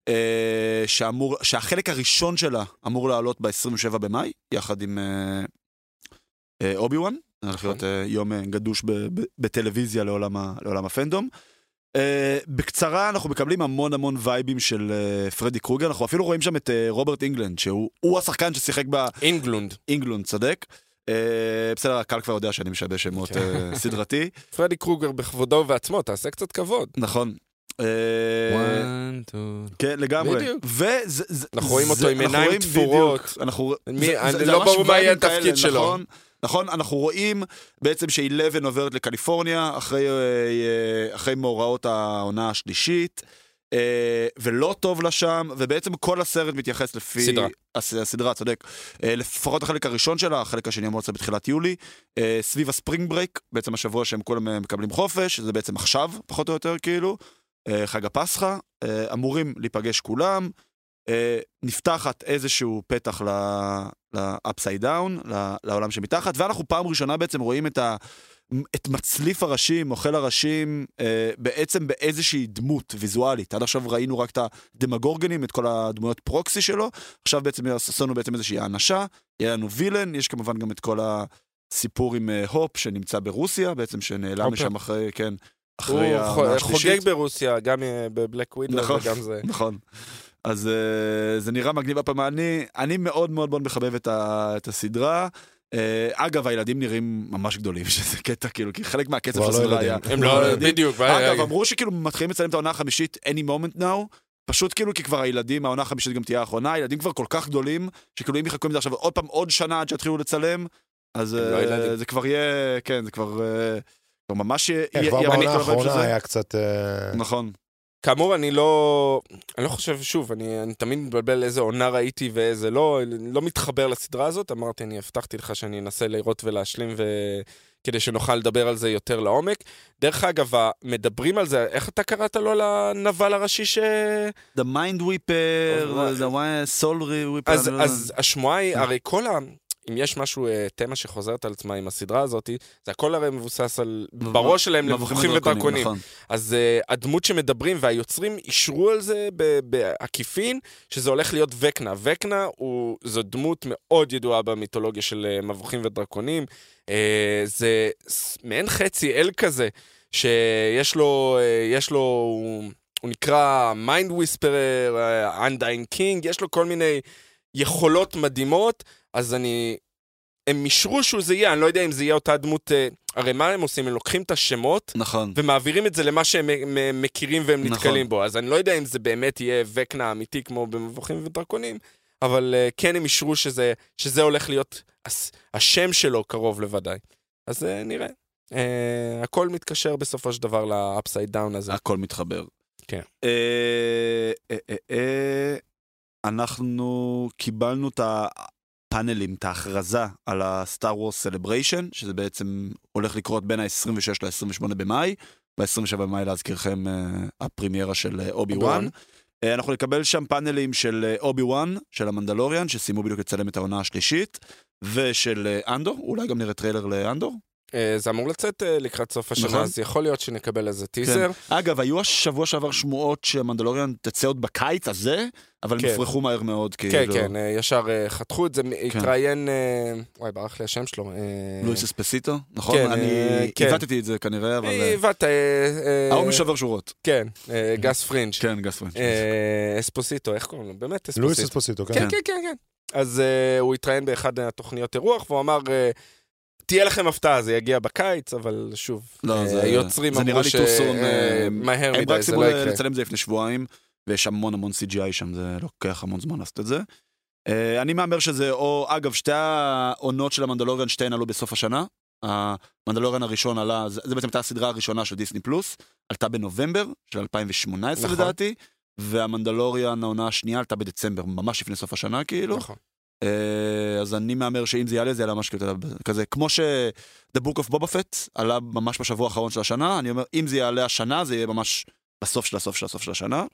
שהחלק הראשון שלה אמור לעלות ב-27 במאי, יחד עם אובי-וואן, הולך להיות יום גדוש בטלוויזיה לעולם הפנדום. בקצרה אנחנו מקבלים המון וייבים של פרדי קרוגר, אנחנו אפילו רואים שם את רוברט אינגלנד, שהוא השחקן ששיחק אינגלונד, צדק. בסדר, הקהל כבר יודע שאני משבש שמות סדרתי. פרדי קרוגר בכבודו ובעצמו, תעשה קצת כבוד. נכון. כן, לגמרי. אנחנו רואים אותו עם עיניים תפורות. אני לא ברור מה יהיה התפקיד שלו. נכון, אנחנו רואים בעצם ש11 עוברת לקליפורניה אחרי מאורעות העונה השלישית, ולא טוב לה שם, ובעצם כל הסרט מתייחס לפי... הסדרה, צודק. לפחות החלק הראשון שלה, החלק השני אמור לצאת בתחילת יולי, סביב הספרינג ברייק, בעצם השבוע שהם כולם מקבלים חופש, זה בעצם עכשיו, פחות או יותר כאילו, חג הפסחה, אמורים להיפגש כולם, נפתחת איזשהו פתח ל-upside down, לעולם שמתחת, ואנחנו פעם ראשונה בעצם רואים את מצליף הראשים, אוכל הראשים, בעצם באיזושהי דמות ויזואלית. עד עכשיו ראינו רק את הדמגורגנים, את כל הדמויות פרוקסי שלו, עכשיו בעצם עשינו בעצם איזושהי האנשה, יהיה לנו וילן, יש כמובן גם את כל הסיפור עם הופ שנמצא ברוסיה, בעצם שנעלם משם אחרי, כן, אחרי העונה השלישית. הוא חוגג ברוסיה, גם בבלק ווידו וגם זה. נכון. אז זה נראה מגניב הפעם. אני מאוד מאוד מחבב את הסדרה. אגב, הילדים נראים ממש גדולים, שזה קטע, כאילו, כי חלק מהקצב של הסדרה היה... הם לא, בדיוק. אגב, אמרו שכאילו מתחילים לצלם את העונה החמישית, any moment now, פשוט כאילו, כי כבר הילדים, העונה החמישית גם תהיה האחרונה, הילדים כבר כל כך גדולים, שכאילו אם יחכו עם זה עכשיו עוד פעם, עוד שנה עד שיתחילו לצלם, אז זה כבר יהיה, כן, זה כבר ממש יהיה... כבר בעונה האחרונה היה קצת... נכון. כאמור, אני לא חושב, שוב, אני תמיד מתבלבל איזה עונה ראיתי ואיזה לא מתחבר לסדרה הזאת, אמרתי, אני הבטחתי לך שאני אנסה לראות ולהשלים כדי שנוכל לדבר על זה יותר לעומק. דרך אגב, מדברים על זה, איך אתה קראת לו לנבל הראשי ש... The Mind Whipper, the Soul Whipper. אז השמועה היא, הרי אם יש משהו, תמה שחוזרת על עצמה עם הסדרה הזאת, זה הכל הרי מבוסס על, בראש שלהם מבוכים ודרקונים. נכון. אז הדמות שמדברים והיוצרים אישרו על זה בעקיפין, שזה הולך להיות וקנה. וקנה זו דמות מאוד ידועה במיתולוגיה של מבוכים ודרקונים. זה מעין חצי אל כזה, שיש לו, הוא נקרא Mind Whisperer, Undying King, יש לו כל מיני יכולות מדהימות, אז הם מישרו שהוא זה יהיה, אני לא יודע אם זה יהיה אותה דמות, הרי מה הם עושים? הם לוקחים את השמות, נכון. ומעבירים את זה למה שהם מכירים והם נתקלים בו, אז אני לא יודע אם זה באמת יהיה וקנה אמיתי כמו במבוכים ודרקונים, אבל כן הם מישרו שזה הולך להיות השם שלו קרוב לוודאי. אז נראה. הכל מתקשר בסופו של דבר לאפסייד דאון הזה. הכל מתחבר. כן. אנחנו קיבלנו את הפאנלים, את ההכרזה על הסטאר וורס סלבריישן, שזה בעצם הולך לקרות בין ה-26 ל-28 במאי, ב-27 במאי להזכירכם הפרימיירה של אובי וואן. אנחנו נקבל שם פאנלים של אובי וואן, של המנדלוריאן, שסיימו בדיוק לצלם את העונה השלישית, ושל אנדור, אולי גם נראה טריילר לאנדור. זה אמור לצאת לקראת סוף השנה, אז יכול להיות שנקבל איזה טיזר. אגב, היו השבוע שעבר שמועות שמנדלוריאן תצא עוד בקיץ הזה, אבל נפרחו מהר מאוד. כן, כן, ישר חתכו את זה, התראיין, וואי, ברח לי השם שלו. לואיס אספסיטו, נכון? אני הבטתי את זה כנראה, אבל... הבטת. ההוא משבר שורות. כן, גס פרינג'. כן, גס פרינג'. אספסיטו, איך קוראים לו? באמת אספסיטו. לואיס אספסיטו, כן. כן, כן, כן. אז הוא התראיין באחד התוכניות אירוח, והוא אמר... תהיה לכם הפתעה, זה יגיע בקיץ, אבל שוב, היוצרים אמרו שמהר מדי, זה לא יקרה. הם רק סיבו לצלם זה לפני שבועיים, ויש המון CGI שם, זה לוקח המון זמן לעשות את זה. אני מאמר שזה, או אגב, שתי העונות של המנדלוריאן, שתיהן עלו בסוף השנה. המנדלוריאן הראשון עלה, זה בעצם הייתה הסדרה הראשונה של דיסני פלוס, עלתה בנובמבר של 2018 לדעתי, והמנדלוריאן העונה השנייה עלתה בדצמבר, ממש לפני סוף השנה כאילו. נכון. אז אני מאמר שאם זה יעלה, זה יעלה ממש כזה, כמו ש-The Book of Boba Fett עלה ממש בשבוע האחרון של השנה, אני אומר, אם זה יעלה השנה, זה יהיה ממש בסוף של השנה.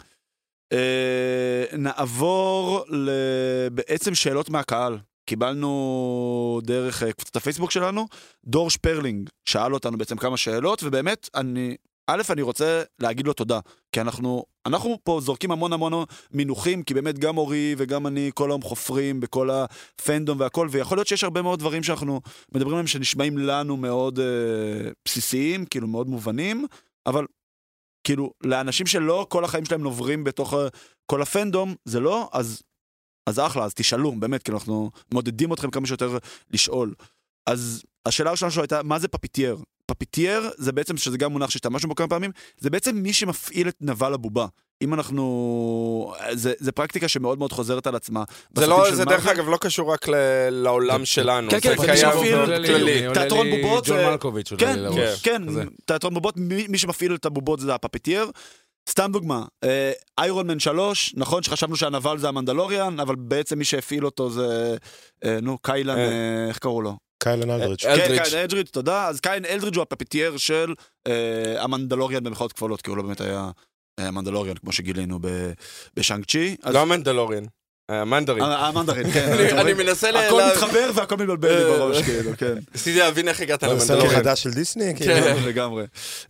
נעבור בעצם שאלות מהקהל. קיבלנו דרך קבוצת הפייסבוק שלנו, דור שפרלינג שאל אותנו בעצם כמה שאלות, ובאמת אני רוצה להגיד לו תודה, כי אנחנו פה זורקים המון מינוחים, כי באמת גם אורי וגם אני כל היום חופרים בכל הפנדום והכל, ויכול להיות שיש הרבה מאוד דברים שאנחנו מדברים עליהם שנשמעים לנו מאוד בסיסיים, כאילו מאוד מובנים, אבל כאילו לאנשים שלא כל החיים שלהם נוברים בתוך כל הפנדום, זה לא, אז אחלה, אז תשאלו, באמת, כי אנחנו מודדים אתכם כמה שיותר לשאול. אז השאלה הראשונה שלו הייתה, מה זה פפיטייר? פפיטייר זה בעצם, שזה גם מונח שהשתמשנו בו כמה פעמים, זה בעצם מי שמפעיל את נבל הבובה. אם אנחנו... זה פרקטיקה שמאוד מאוד חוזרת על עצמה. זה דרך אגב לא קשור רק לעולם שלנו. כן, זה קיים כללי. תיאטרון בובות... ג'ון מלקוביץ'. כן, תיאטרון בובות, מי שמפעיל את הבובות זה הפפיטייר. סתם דוגמה, איירון מן 3, נכון שחשבנו שהנבל זה המנדלוריאן, אבל בעצם מי שהפעיל אותו זה, קיילן, איך קראו לו? קיילן אלדריץ'. קיילן אלדריץ', תודה. אז קיילן אלדריץ' הוא הפפיטייר של המנדלוריאן במחאות כפולות, כי הוא לא באמת היה המנדלוריאן, כמו שגילינו בשאנג צ'י. לא המנדלוריין. המנדרין. המנדרין, כן. אני מנסה הכל מתחבר והכל מתבלבל לי בראש, כאילו, כן. ניסיתי להבין איך הגעת למנדרין. זה חדש של דיסני? כן, לגמרי.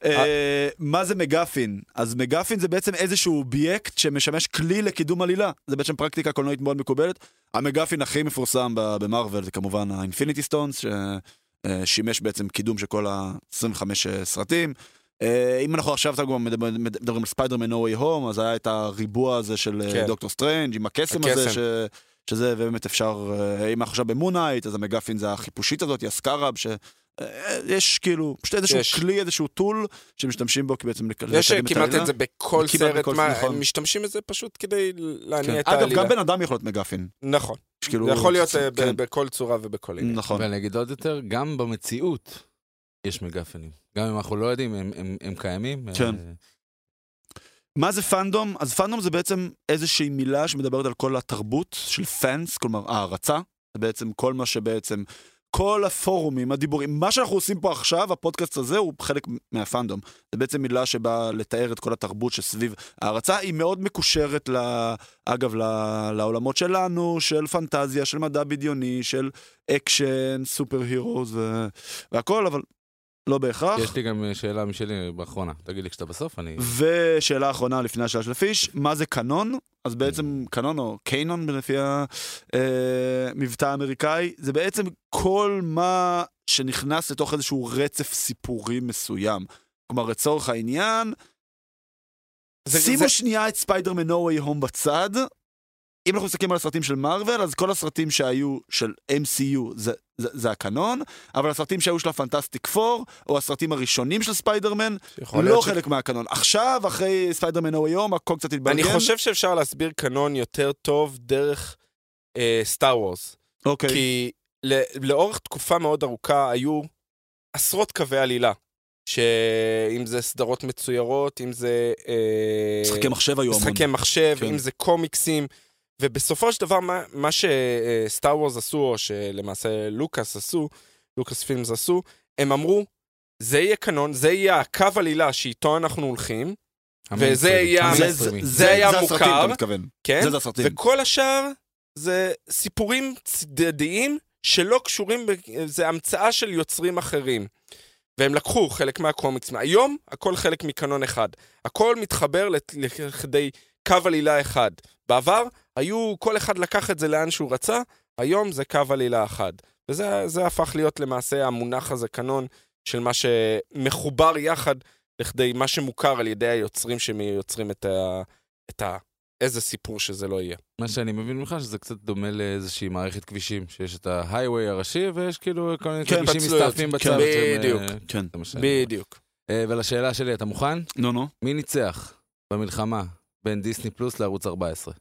מה זה מגאפין? אז מגאפין זה בעצם איזשהו אובייקט שמשמש כלי לקידום עלילה. זה בעצם פרקטיקה קולנועית מאוד מקובלת. המגאפין הכי מפורסם במרוול זה כמובן האינפיניטי סטונס, ששימש בעצם קידום של כל ה-25 סרטים. אם אנחנו עכשיו מדברים על ספיידרמן No Way Home, אז היה את הריבוע הזה של דוקטור סטרנג' עם הקסם הזה, שזה באמת אפשר, אם אנחנו עכשיו במונייט, אז המגאפין זה החיפושית הזאת, הסקארב, שיש כאילו, פשוט איזשהו כלי, איזשהו טול, שמשתמשים בו בעצם לקדם את העלילה. יש כמעט את זה בכל סרט, הם משתמשים בזה פשוט כדי להניע את העלילה. אגב, גם בן אדם יכול להיות מגאפין. נכון. זה יכול להיות בכל צורה ובכל עניין. נכון. ואני אגיד עוד יותר, גם במציאות יש מגאפינים. גם אם אנחנו לא יודעים, הם קיימים. כן. מה זה פנדום? אז פנדום זה בעצם איזושהי מילה שמדברת על כל התרבות של פאנס, כלומר הערצה. זה בעצם כל מה שבעצם, כל הפורומים, הדיבורים, מה שאנחנו עושים פה עכשיו, הפודקאסט הזה הוא חלק מהפנדום. זה בעצם מילה שבאה לתאר את כל התרבות שסביב ההרצאה, היא מאוד מקושרת, אגב, לעולמות שלנו, של פנטזיה, של מדע בדיוני, של אקשן, סופר הירוס והכל, אבל לא בהכרח. יש לי גם שאלה משלי באחרונה, תגיד לי כשאתה בסוף, אני... ושאלה אחרונה לפני השאלה של הפיש, מה זה קנון? אז בעצם קנון או קיינון לפי המבטא האמריקאי, זה בעצם כל מה שנכנס לתוך איזשהו רצף סיפורי מסוים. כלומר, לצורך העניין, שימו שנייה את ספיידרמן No Way Home בצד, אם אנחנו מסתכלים על הסרטים של מארוול, אז כל הסרטים שהיו של MCU זה הקנון, אבל הסרטים שהיו של הפנטסטיק פור, או הסרטים הראשונים של ספיידרמן, לא חלק מהקנון. עכשיו, אחרי ספיידרמן No Way Home, הכל קצת התבלגן. אני חושב שאפשר להסביר קנון יותר טוב דרך סטאר וורס. אוקיי. כי לאורך תקופה מאוד ארוכה היו עשרות קווי עלילה. שאם זה סדרות מצוירות, אם זה... משחקי מחשב היו המון. משחקי מחשב, אם זה קומיקסים, ובסופו של דבר מה שסטאר וורס עשו, או שלמעשה לוקאס פילמס עשו, הם אמרו, זה יהיה קנון, זה יהיה הקו עלילה שאיתו אנחנו הולכים, וזה היה מוכר, זה הסרטים. וכל השאר זה סיפורים צדדיים שלא קשורים, זה המצאה של יוצרים אחרים. והם לקחו חלק מהקומיקס. היום הכל חלק מקנון אחד. הכל מתחבר לכדי קו עלילה אחד. בעבר היו, כל אחד לקח את זה לאן שהוא רצה, היום זה קו עלילה אחד. וזה הפך להיות למעשה המונח הזה קנון של מה שמחובר יחד לכדי מה שמוכר על ידי היוצרים שיוצרים את איזה סיפור שזה לא יהיה. מה שאני מבין ממך שזה קצת דומה לאיזושהי מערכת כבישים, שיש את ההייווי הראשי ויש כאילו כל מיני כבישים מסתעפים בצד. בדיוק. בדיוק. ולשאלה שלי, אתה מוכן? נו. מי ניצח במלחמה בין דיסני פלוס לערוץ 14?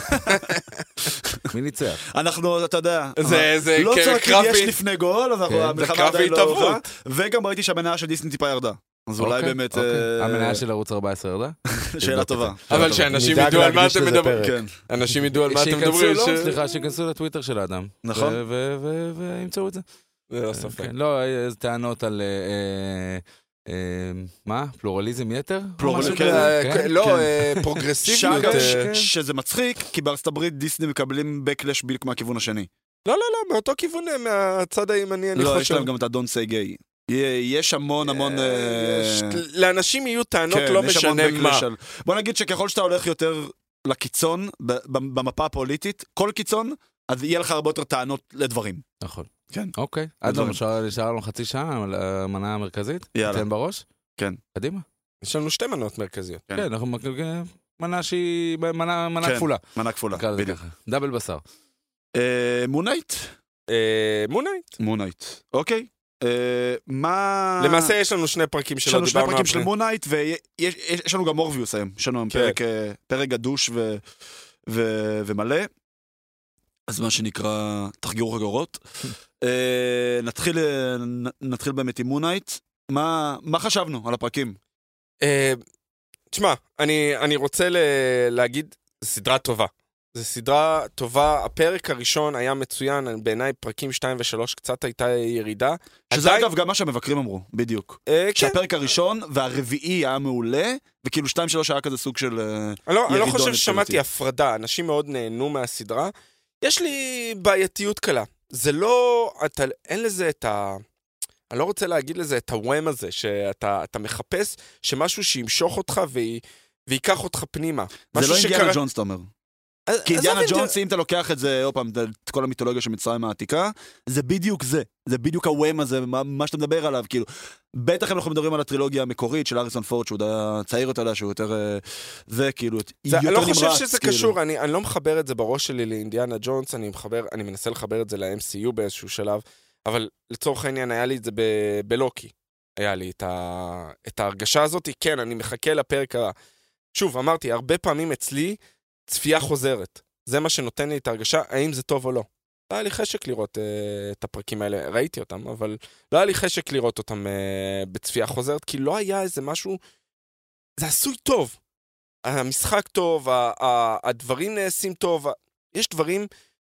מי ניצח? אנחנו, אתה יודע, זה לא צועקים קרבי. יש לפני גול, אז המלחמה עדיין לא הובאה, וגם ראיתי שהמניה של דיסני טיפה ירדה. אז אולי באמת... המניה של ערוץ 14 ירדה? שאלה טובה. אבל שאנשים ידעו על מה אתם מדברים. אנשים ידעו על מה אתם מדברים. סליחה, שיכנסו לטוויטר של האדם. נכון. וימצאו את זה. זה לא ספק. לא, איזה טענות על... מה? פלורליזם יתר? לא, פרוגרסיביות. שזה מצחיק, כי בארצות הברית דיסני מקבלים בקלש בדיוק מהכיוון השני. לא, מאותו כיוון, מהצד הימני, אני חושב. לא, יש להם גם את הדון סי גיי. יש המון... לאנשים יהיו טענות, לא משנה מה. בוא נגיד שככל שאתה הולך יותר לקיצון, במפה הפוליטית, כל קיצון, אז יהיה לך הרבה יותר טענות לדברים. נכון. כן. אוקיי. עד לא נשאר לנו חצי שעה על המנה המרכזית. יאללה. תן בראש? כן. קדימה. יש לנו 2 מנות מרכזיות. כן, אנחנו מנה שהיא מנה כפולה. מנה כפולה, בדיוק. דאבל בשר. מונייט? מונייט. אוקיי. למעשה יש לנו 2 פרקים שלא דיברנו. יש לנו 2 פרקים של מונייט, ויש לנו גם מורביוס היום. יש לנו פרק גדוש ומלא. אז מה שנקרא תחגירו חגורות. נתחיל באמת עם מונייט. מה חשבנו על הפרקים? תשמע, אני רוצה להגיד, זו סדרה טובה. זו סדרה טובה, הפרק הראשון היה מצוין, בעיניי פרקים 2 ו3 קצת הייתה ירידה. שזה אגב גם מה שהמבקרים אמרו, בדיוק. שהפרק הראשון והרביעי היה מעולה, וכאילו 2-3 היה כזה סוג של ירידון. אני לא חושב ששמעתי הפרדה, אנשים מאוד נהנו מהסדרה. יש לי בעייתיות קלה. זה לא, אין לזה את אני לא רוצה להגיד לזה את הוואם הזה, שאתה מחפש שמשהו שימשוך אותך ויקח אותך פנימה. זה לא אינדיאנה ג'ונס, אתה אומר. כי אינדיאנה ג'ונס, אם אתה לוקח את זה, את כל המיתולוגיה של מצרים העתיקה, זה בדיוק זה. זה בדיוק הוואם הזה, מה שאתה מדבר עליו, כאילו. בטח אנחנו מדברים על הטרילוגיה המקורית של אריסון פורד, שהוא צעיר יותר, שהוא יותר... זה כאילו, יותר נמרץ. אני לא חושב שזה קשור, אני לא מחבר את זה בראש שלי לאינדיאנה ג'ונס, אני מנסה לחבר את זה ל-MCU באיזשהו שלב, אבל לצורך העניין היה לי את זה בלוקי. היה לי את ההרגשה הזאת, כן, אני מחכה לפרק שוב, אמרתי, הרבה פעמים אצלי צפייה חוזרת. זה מה שנותן לי את ההרגשה, האם זה טוב או לא. לא היה לי חשק לראות את הפרקים האלה, ראיתי אותם, אבל לא היה לי חשק לראות אותם בצפייה חוזרת, כי לא היה איזה משהו, זה עשוי טוב. המשחק טוב, הדברים נעשים טוב, יש דברים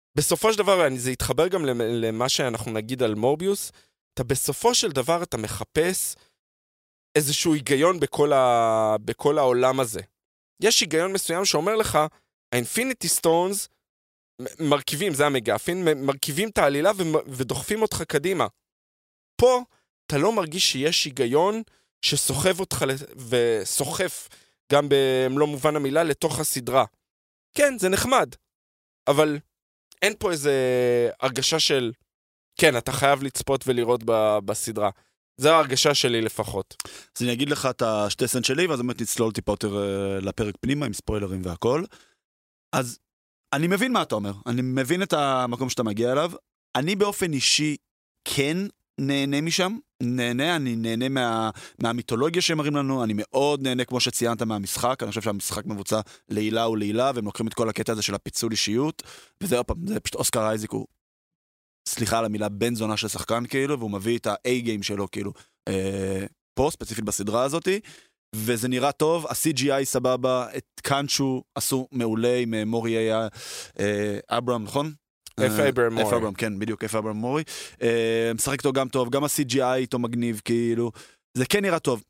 בסופו של דבר, זה יתחבר גם למה שאנחנו נגיד על מורביוס, בסופו של דבר אתה מחפש איזשהו היגיון בכל העולם הזה. יש היגיון מסוים שאומר לך, האינפיניטי סטונס מרכיבים, זה המגאפין, מרכיבים את העלילה ודוחפים אותך קדימה. פה אתה לא מרגיש שיש היגיון שסוחב אותך וסוחף גם במלוא מובן המילה לתוך הסדרה. כן, זה נחמד, אבל אין פה איזה הרגשה של, כן, אתה חייב לצפות ולראות בסדרה. זו ההרגשה שלי לפחות. אז אני אגיד לך את השתי סנט שלי, ואז באמת נצלול טיפה יותר לפרק פנימה, עם ספוילרים והכל. אז אני מבין מה אתה אומר, אני מבין את המקום שאתה מגיע אליו, אני באופן אישי כן נהנה משם, אני נהנה מהמיתולוגיה שהם מראים לנו, אני מאוד נהנה כמו שציינת מהמשחק, אני חושב שהמשחק מבוצע לעילה ולעילה, והם לוקחים את כל הקטע הזה של הפיצול אישיות, וזה עוד פעם, זה פשוט אוסקר אייזק, הוא, סליחה על המילה, בן זונה של שחקן כאילו, והוא מביא את ה-A-game שלו כאילו, פה ספציפית בסדרה הזאת, וזה נראה טוב, ה-CGI סבבה, את קאנצ'ו עשו מעולה עם מורי אברהם, נכון? אברהם מורי. כן, בדיוק, אברהם מורי. משחק איתו גם טוב, גם ה-CGI איתו מגניב, כאילו, זה כן נראה טוב.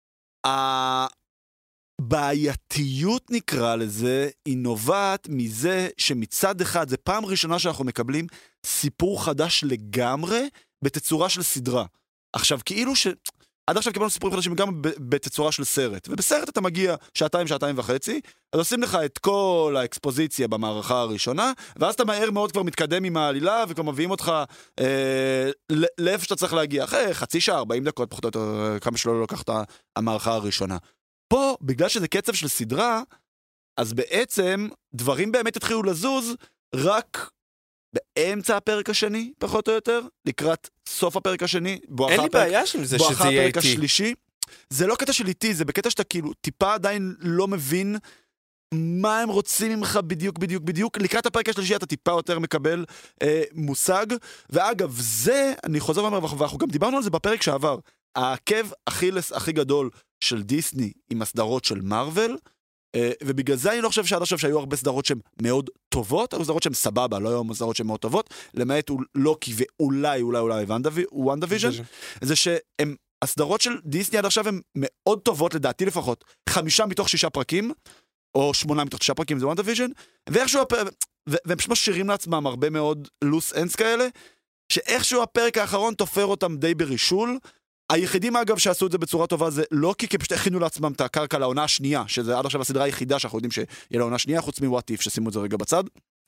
הבעייתיות נקרא לזה, היא נובעת מזה שמצד אחד, זה פעם ראשונה שאנחנו מקבלים סיפור חדש לגמרי, בתצורה של סדרה. עכשיו, כאילו עד עכשיו קיבלנו סיפורים חדשים גם בתצורה של סרט, ובסרט אתה מגיע שעתיים וחצי, אז עושים לך את כל האקספוזיציה במערכה הראשונה, ואז אתה מהר מאוד כבר מתקדם עם העלילה, וכבר מביאים אותך לאיפה שאתה צריך להגיע, אחרי חצי שעה, 40 דקות, פחות או יותר, כמה שלא לקחת המערכה הראשונה. פה, בגלל שזה קצב של סדרה, אז בעצם דברים באמת התחילו לזוז רק באמצע הפרק השני, פחות או יותר, לקראת סוף הפרק השני, אין לי בעיה עם זה שזה יהיה איתי. השלישי. זה לא קטע של איתי, זה בקטע שאתה כאילו טיפה עדיין לא מבין מה הם רוצים ממך בדיוק. לקראת הפרק השלישי אתה טיפה יותר מקבל מושג, ואגב, זה, אני חוזר ואומר, ואנחנו גם דיברנו על זה בפרק שעבר, העקב הכי גדול של דיסני עם הסדרות של מארוול, ובגלל זה אני לא חושב שעד עכשיו שהיו הרבה סדרות שהן מאוד טובות, היו סדרות שהן סבבה, לא היו סדרות שהן מאוד טובות, למעט לוקי ואולי וונדוויז'ן, זה שהן, הסדרות של דיסני עד עכשיו הן מאוד טובות, לדעתי לפחות, 5 מתוך 6 פרקים, או 8 מתוך 9 פרקים זה וונדוויז'ן, ואיכשהו, והם פשוט משאירים לעצמם הרבה מאוד לוס אנדס כאלה, שאיכשהו הפרק האחרון תופר אותם די ברישול, היחידים אגב שעשו את זה בצורה טובה זה לא כי פשוט הכינו לעצמם את הקרקע לעונה השנייה, שזה עד עכשיו הסדרה היחידה שאנחנו יודעים שיהיה לעונה שנייה, חוץ מוואט איף ששימו את זה רגע בצד.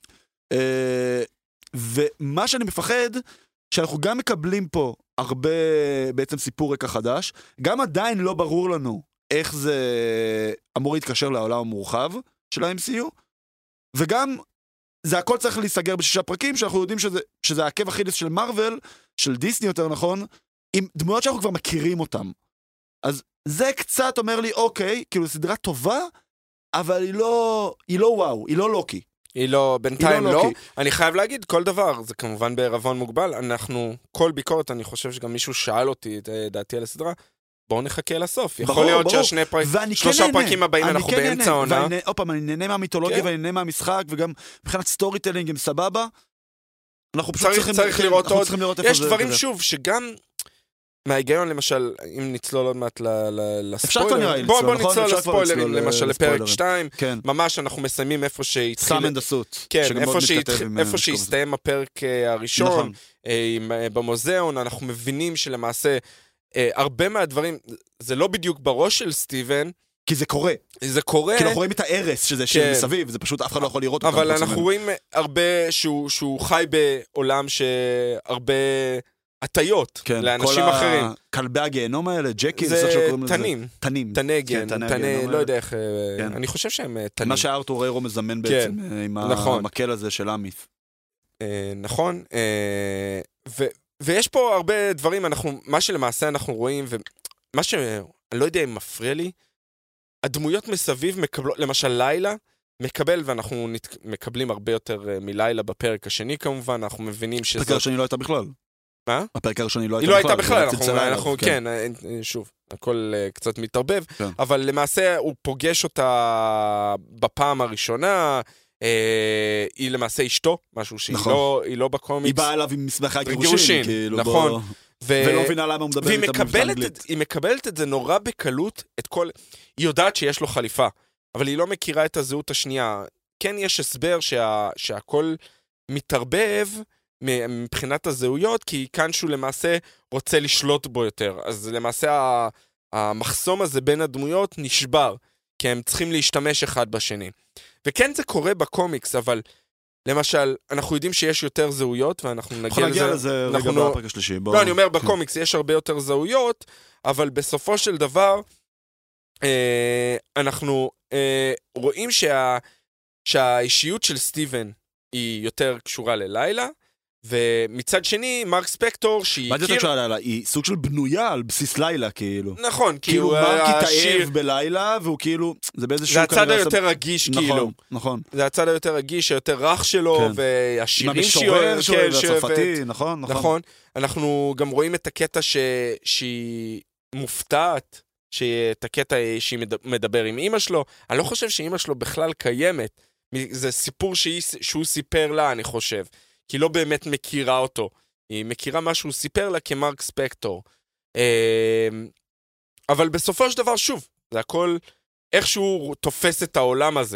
ומה שאני מפחד, שאנחנו גם מקבלים פה הרבה בעצם סיפור רקע חדש, גם עדיין לא ברור לנו איך זה אמור להתקשר לעולם המורחב של ה-MCU, וגם זה הכל צריך להיסגר ב6 פרקים, שאנחנו יודעים שזה העקב אכילס של מארוול, של דיסני יותר נכון, עם דמויות שאנחנו כבר מכירים אותם. אז זה קצת אומר לי, אוקיי, כאילו סדרה טובה, אבל היא לא וואו, היא לא לוקי. היא לא, בינתיים לא. אני חייב להגיד, כל דבר, זה כמובן בערבון מוגבל, כל ביקורת, אני חושב שגם מישהו שאל אותי את דעתי על הסדרה, בואו נחכה לסוף. יכול להיות שלושה פרקים הבאים אנחנו באמצע העונה. עוד פעם, אני נהנה מהמיתולוגיה ואני נהנה מהמשחק, וגם מבחינת סטורי טלינג הם סבבה. אנחנו פשוט צריך לראות עוד. יש דברים שוב שגם מההיגיון למשל, אם נצלול עוד מעט לספוילר, בואו נצלול לספוילרים, למשל לפרק 2, ממש אנחנו מסיימים איפה שהתחיל, איפה שהסתיים הפרק הראשון, במוזיאון, אנחנו מבינים שלמעשה הרבה מהדברים, זה לא בדיוק בראש של סטיבן, כי זה קורה. זה קורה. כי אנחנו רואים את הערס שזה מסביב, זה פשוט אף אחד לא יכול לראות אותם. אבל אנחנו רואים הרבה שהוא חי בעולם שהרבה הטיות לאנשים אחרים. כלבי הגיהנום האלה, ג'קי, זה תנים. תני לא יודע איך, אני חושב שהם תנים. מה שארתור ריירו מזמן בעצם עם המקל הזה של אמיף. נכון. ויש פה הרבה דברים, מה שלמעשה אנחנו רואים, ומה שאני לא יודע אם מפריע לי, הדמויות מסביב מקבלות, למשל לילה, מקבל, ואנחנו מקבלים הרבה יותר מלילה בפרק השני כמובן, אנחנו מבינים שזה... הפרק השני לא הייתה בכלל. מה? הפרק השני לא הייתה בכלל. אנחנו, כן, שוב, הכל קצת מתערבב, אבל למעשה הוא פוגש אותה בפעם הראשונה, היא למעשה אשתו, משהו שהיא לא, היא לא בקומיקס. היא באה אליו עם מסמכי הגירושין, כאילו, נכון. ולא מבינה למה הוא מדבר איתה במבחן אנגלית. היא מקבלת את זה נורא בקלות, היא יודעת שיש לו חליפה, אבל היא לא מכירה את הזהות השנייה. כן יש הסבר שהכל מתערבב מבחינת הזהויות, כי כאן שהוא למעשה רוצה לשלוט בו יותר. אז למעשה המחסום הזה בין הדמויות נשבר, כי הם צריכים להשתמש אחד בשני. וכן זה קורה בקומיקס, אבל למשל, אנחנו יודעים שיש יותר זהויות, ואנחנו נגיע לזה רגע בפרק השלישי. לא, אני אומר, בקומיקס יש הרבה יותר זהויות, אבל בסופו של דבר, אנחנו רואים שהאישיות של סטיבן היא יותר קשורה ללילה, ומצד שני, מרק ספקטור, שהיא... מה זה יותר קשורה ללילה? היא סוג של בנויה על בסיס לילה, כאילו. נכון, כאילו מרק התאהב בלילה, והוא כאילו... זה הצד היותר רגיש, כאילו. נכון. זה הצד היותר רגיש, היותר רך שלו, והשירים המשורר שלו, והצרפתי, נכון. נכון. אנחנו גם רואים את הקטע שהיא מופתעת, את הקטע שהיא מדבר עם אמא שלו. אני לא חושב שאמא שלו בכלל קיימת. זה סיפור שהוא סיפר לה, אני חושב. כי היא לא באמת מכירה אותו. היא מכירה מה שהוא סיפר לה כמרק ספקטור. אבל בסופו של דבר, שוב, זה הכל איכשהו תופס את העולם הזה.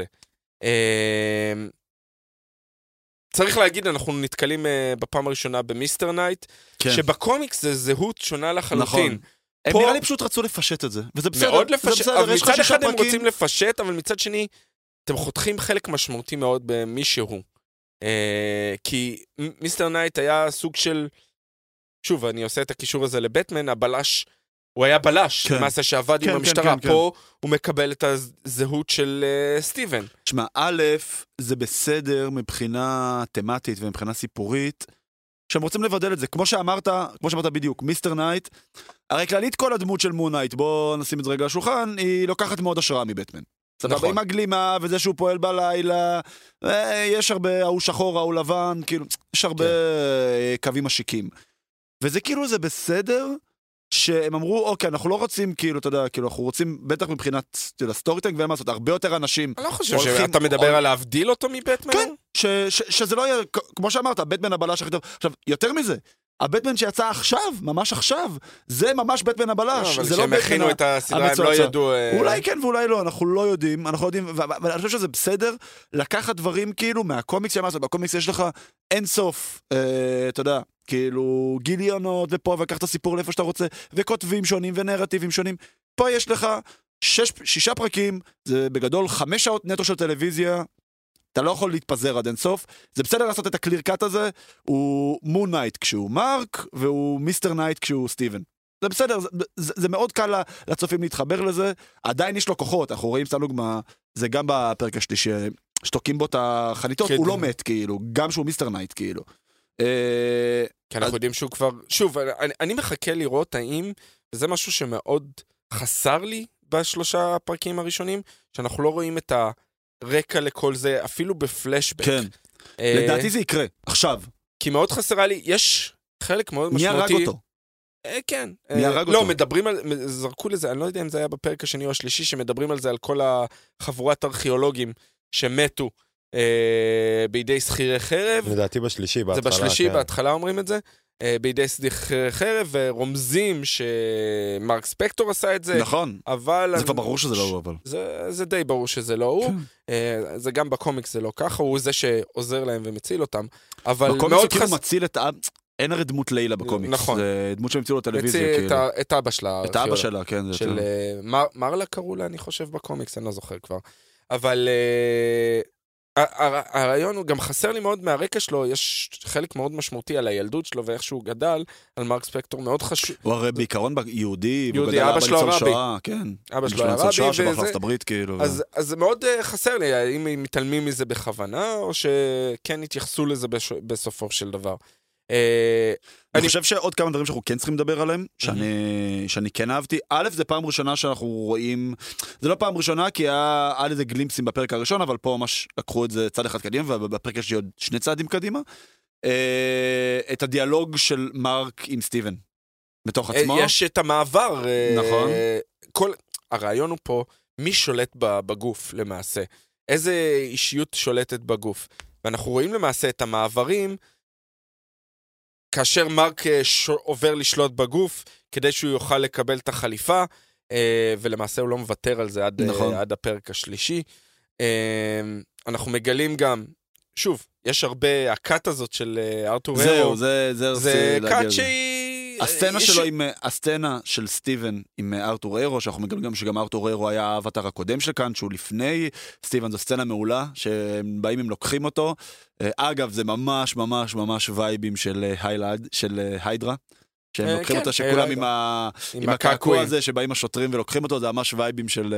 צריך להגיד, אנחנו נתקלים בפעם הראשונה במיסטר נייט, שבקומיקס זה זהות שונה לחלוטין. הם נראה לי פשוט רצו לפשט את זה, וזה בסדר. מאוד לפשט, אבל מצד אחד הם רוצים לפשט, אבל מצד שני, אתם חותכים חלק משמעותי מאוד במי שהוא. כי מיסטר נייט היה סוג של, שוב, אני עושה את הקישור הזה לבטמן, הבלש, הוא היה בלש, למעשה שעבד עם המשטרה, פה הוא מקבל את הזהות של סטיבן. תשמע, א', זה בסדר מבחינה תמטית ומבחינה סיפורית, שהם רוצים לבדל את זה, כמו שאמרת בדיוק, מיסטר נייט, הרי כללית כל הדמות של מון נייט, בוא נשים את זה רגע על השולחן, היא לוקחת מאוד השראה מבטמן. נכון. עם הגלימה, וזה שהוא פועל בלילה, יש הרבה, ההוא שחור, ההוא לבן, כאילו, יש הרבה קווים משיקים. וזה כאילו זה בסדר, שהם אמרו, אוקיי, אנחנו לא רוצים, כאילו, אתה יודע, כאילו, אנחנו רוצים, בטח מבחינת הסטוריטינג, ואין מה לעשות, הרבה יותר אנשים. אני לא חושב שאתה מדבר על להבדיל אותו מבטמן? כן, שזה לא יהיה, כמו שאמרת, בטמן הבלש הכי טוב. עכשיו, יותר מזה, הבטמן שיצא עכשיו, ממש עכשיו, זה ממש בטמן הבלש. אבל כשהם הכינו את הסדרה, הם לא ידעו... אולי כן ואולי לא, אנחנו לא יודעים, ואני חושב שזה בסדר לקחת דברים כאילו מהקומיקס שמעשה, בקומיקס יש לך אינסוף, אתה יודע, כאילו גיליונות ופה, ולקח את הסיפור לאיפה שאתה רוצה, וכותבים שונים ונרטיבים שונים. פה יש לך 6 פרקים, זה בגדול 5 שעות נטו של טלוויזיה, אתה לא יכול להתפזר עד אינסוף, זה בסדר לעשות את הקליר קאט הזה, הוא מון נייט כשהוא מרק, והוא מיסטר נייט כשהוא סטיבן. זה בסדר, זה מאוד קל לצופים להתחבר לזה, עדיין יש לו כוחות, אנחנו רואים סתם דוגמה, זה גם בפרק השלישי, שתוקים בו את החניתות, הוא לא מת כאילו, גם שהוא מיסטר נייט כאילו. כי אנחנו יודעים שהוא כבר, שוב, אני מחכה לראות האם, וזה משהו שמאוד חסר לי בשלושה הפרקים הראשונים, שאנחנו לא רואים את הרקע לכל זה, אפילו בפלשבק. כן, לדעתי זה יקרה, עכשיו. כי מאוד חסרה לי, יש חלק מאוד משמעותי. מי הרג אותו? כן. מי הרג אותו? לא, מדברים על, זרקו לזה, אני לא יודע אם זה היה בפרק השני או השלישי, שמדברים על זה, על כל החבורת ארכיאולוגים שמתו בידי שכירי חרב. לדעתי בשלישי, בהתחלה. זה בשלישי, בהתחלה אומרים את זה. בידי שכירי חרב, ורומזים שמרק ספקטור עשה את זה. נכון. אבל... זה כבר ברור שזה לא הוא, אבל. זה די ברור שזה לא הוא. זה גם בקומיקס זה לא ככה, הוא זה שעוזר להם ומציל אותם. בקומיקס הוא כאילו מציל את... אין הרי דמות לילה בקומיקס. נכון. זה דמות שהמציאו לו טלוויזיה. מציל את אבא שלה. את אבא שלה, כן. של מרלה קראו לה, אני חושב, בקומיקס, אני לא זוכר כבר. אבל הרעיון הוא גם חסר לי מאוד מהרקע שלו, יש חלק מאוד משמעותי על הילדות שלו ואיך שהוא גדל, על מרק ספקטור מאוד חשוב. הוא הרי בעיקרון יהודי, אבא שלו הרבי. כן. אבא שלו הרבי, אז זה מאוד חסר לי, האם מתעלמים מזה בכוונה, או שכן התייחסו לזה בסופו של דבר. אני חושב שעוד כמה דברים שאנחנו כן צריכים לדבר עליהם, שאני כן אהבתי. א', זה פעם ראשונה שאנחנו רואים, זה לא פעם ראשונה, כי היה איזה גלימפסים בפרק הראשון, אבל פה ממש לקחו את זה צד אחד קדימה, ובפרק יש לי עוד 2 צעדים קדימה. את הדיאלוג של מרק עם סטיבן, בתוך עצמו. יש את המעבר. נכון. הרעיון הוא פה, מי שולט בגוף למעשה. איזה אישיות שולטת בגוף. ואנחנו רואים למעשה את המעברים, כאשר מרק עובר לשלוט בגוף, כדי שהוא יוכל לקבל את החליפה, ולמעשה הוא לא מוותר על זה עד הפרק השלישי. אנחנו מגלים גם, שוב, יש הרבה, הקאט הזאת של ארתור הרו, זה קאט שהיא... הסצנה של סטיבן עם ארתור הרו, שאנחנו מגלים גם שגם ארתור הרו היה האבטר הקודם של כאן, שהוא לפני סטיבן, זו סצנה מעולה, שהם באים, הם לוקחים אותו. אגב, זה ממש ממש ממש וייבים של היידרה, שהם לוקחים אותו, שכולם עם הקעקוע הזה, שבאים השוטרים ולוקחים אותו, זה ממש וייבים של...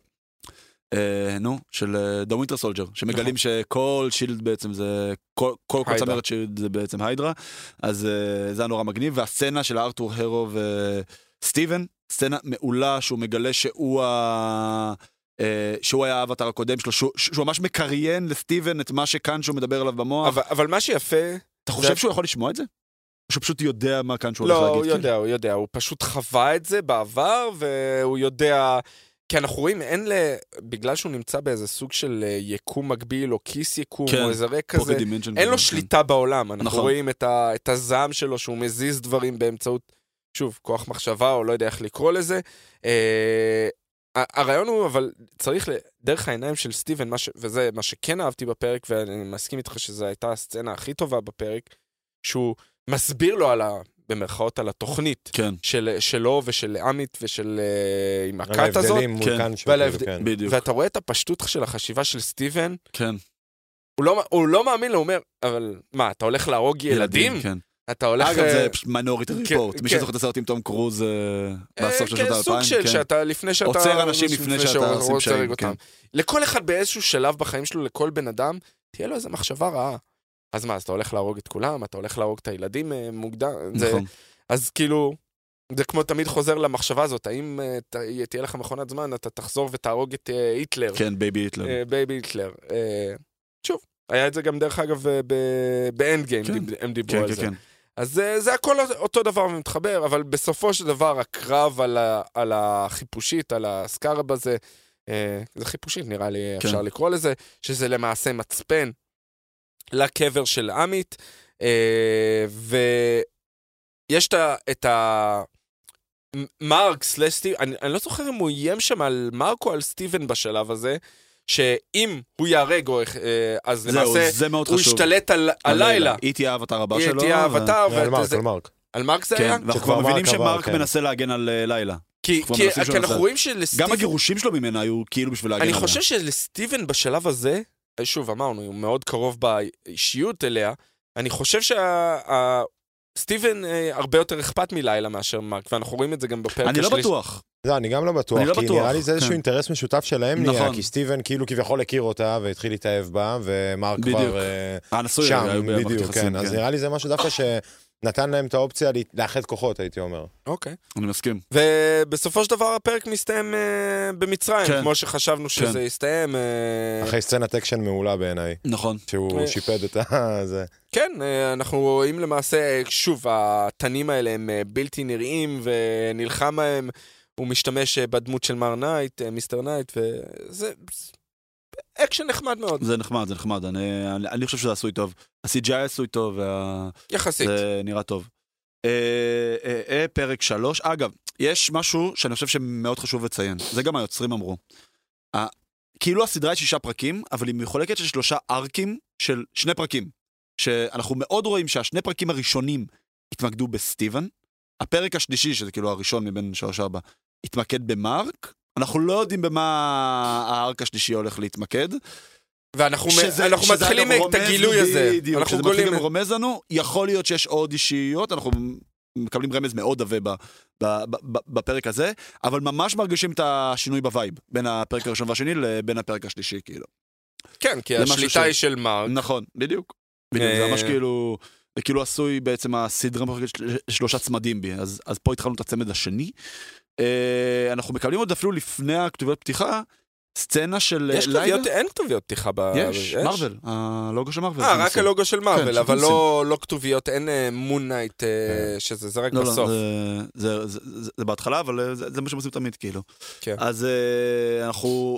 של The Winter Soldier, שמגלים שכל שילד בעצם זה, כל צמרת שילד זה בעצם היידרה, אז זה היה נורא מגניב, והסצנה של ארתור הרו וסטיבן, סצנה מעולה שהוא מגלה שהוא היה האבטר הקודם שלו, שהוא ממש מקריין לסטיבן את מה שכאן שהוא מדבר עליו במוח. אבל מה שיפה... אתה חושב שהוא יכול לשמוע את זה? או שהוא פשוט יודע מה כאן שהוא הולך להגיד? לא, הוא יודע, הוא פשוט חווה את זה בעבר, והוא יודע... כי אנחנו רואים, בגלל שהוא נמצא באיזה סוג של יקום מקביל, או כיס יקום, או איזה ריק כזה, אין לו שליטה בעולם. אנחנו רואים את הזעם שלו, שהוא מזיז דברים באמצעות, שוב, כוח מחשבה, או לא יודע איך לקרוא לזה. הרעיון הוא, אבל צריך דרך העיניים של סטיבן, וזה מה שכן אהבתי בפרק, ואני מסכים איתך שזו הייתה הסצנה הכי טובה בפרק, שהוא מסביר לו במרכאות על התוכנית שלו ושל עמית ושל עם הקאט הזאת. ואתה רואה את הפשטות של החשיבה של סטיבן, הוא לא מאמין לו, הוא אומר, אבל מה, אתה הולך להרוג ילדים? אתה הולך... אגב, זה מיינוריטי ריפורט. מי שזוכר את הסרט עם תום קרוז בסוף של שנות ה-2000. סוג של שאתה לפני שאתה... עוצר אנשים לפני שאתה עושים פשעים. לכל אחד באיזשהו שלב בחיים שלו, לכל בן אדם, תהיה לו איזו מחשבה רעה. אז מה, אז אתה הולך להרוג את כולם, אתה הולך להרוג את הילדים מוקדם. נכון. אז כאילו, זה כמו תמיד חוזר למחשבה הזאת, האם תהיה לך מכונת זמן, אתה תחזור ותהרוג את היטלר. כן, בייבי היטלר. בייבי היטלר. שוב, היה את זה גם דרך אגב באנד גיים, הם דיברו על זה. אז זה הכל אותו דבר ומתחבר, אבל בסופו של דבר הקרב על החיפושית, על הסקארב הזה, זה חיפושית נראה לי אפשר לקרוא לזה, שזה למעשה מצפן לקבר של עמית, ויש את מרק סלסטי, אני לא זוכר אם הוא איים שם על מרק או על סטיבן בשלב הזה, שאם הוא יהרג, אז למעשה הוא ישתלט על לילה. היא תהיה האבטר הבא שלו. היא תהיה האבטר. על מרק. על מרק זה היה? ואנחנו כבר מבינים שמרק מנסה להגן על לילה. כי אנחנו רואים שלסטיבן... גם הגירושים שלו ממנה היו כאילו בשביל להגן עליה. אני חושב שלסטיבן בשלב הזה, שוב אמרנו, הוא מאוד קרוב באישיות אליה, אני חושב סטיבן הרבה יותר אכפת מלילה מאשר מרק, ואנחנו רואים את זה גם בפרק השלישי. אני לא בטוח. אני גם לא בטוח, כי נראה לי זה איזשהו אינטרס משותף שלהם נהיה, כי סטיבן כאילו כביכול הכיר אותה והתחיל להתאהב בה, ומרק כבר שם, בדיוק, כן. אז נראה לי זה משהו דווקא שנתן להם את האופציה לאחד כוחות, הייתי אומר. אוקיי. אני מסכים. ובסופו של דבר הפרק מסתיים במצרים, כמו שחשבנו שזה יסתיים. אחרי סצנת אקשן מעולה בעיניי. נכון. שהוא שיפד את זה. כן, אנחנו רואים למעשה, שוב, התנים האלה הם בלתי נראים, ונלחם מהם, הוא משתמש בדמות של מר נייט, מיסטר נייט, וזה אקשן נחמד מאוד. זה נחמד, זה נחמד. אני חושב שזה עשוי טוב. ה-CGI עשוי טוב, יחסית. זה נראה טוב. פרק 3. אגב, יש משהו שאני חושב שמאוד חשוב לציין. זה גם היוצרים אמרו. כאילו הסדרה היא 6 פרקים, אבל היא מחולקת של 3 ארקים של 2 פרקים. שאנחנו מאוד רואים שהשני פרקים הראשונים התמקדו בסטיבן. הפרק השלישי, שזה כאילו הראשון מבין 3-4, התמקד במרק. אנחנו לא יודעים במה הארק השלישי הולך להתמקד. ואנחנו מתחילים את הגילוי הזה. בדיוק, שזה מתחיל גם רומז לנו, יכול להיות שיש עוד אישיות, אנחנו מקבלים רמז מאוד עבה בפרק הזה, אבל ממש מרגישים את השינוי בווייב, בין הפרק הראשון והשני לבין הפרק השלישי, כאילו. כן, כי השליטה היא של מרק. נכון, בדיוק. זה ממש כאילו עשוי בעצם הסדרה מחלקת 3 צמדים בי, אז פה התחלנו את הצמד השני. אנחנו מקבלים עוד אפילו לפני הכתוביות פתיחה, סצנה של לילה. אין כתוביות פתיחה. יש, מרוול, הלוגו של מרוול. רק הלוגו של מרוול, אבל לא כתוביות, אין מון נייט, שזה רק בסוף. זה בהתחלה, אבל זה מה שהם עושים תמיד, כאילו. אז אנחנו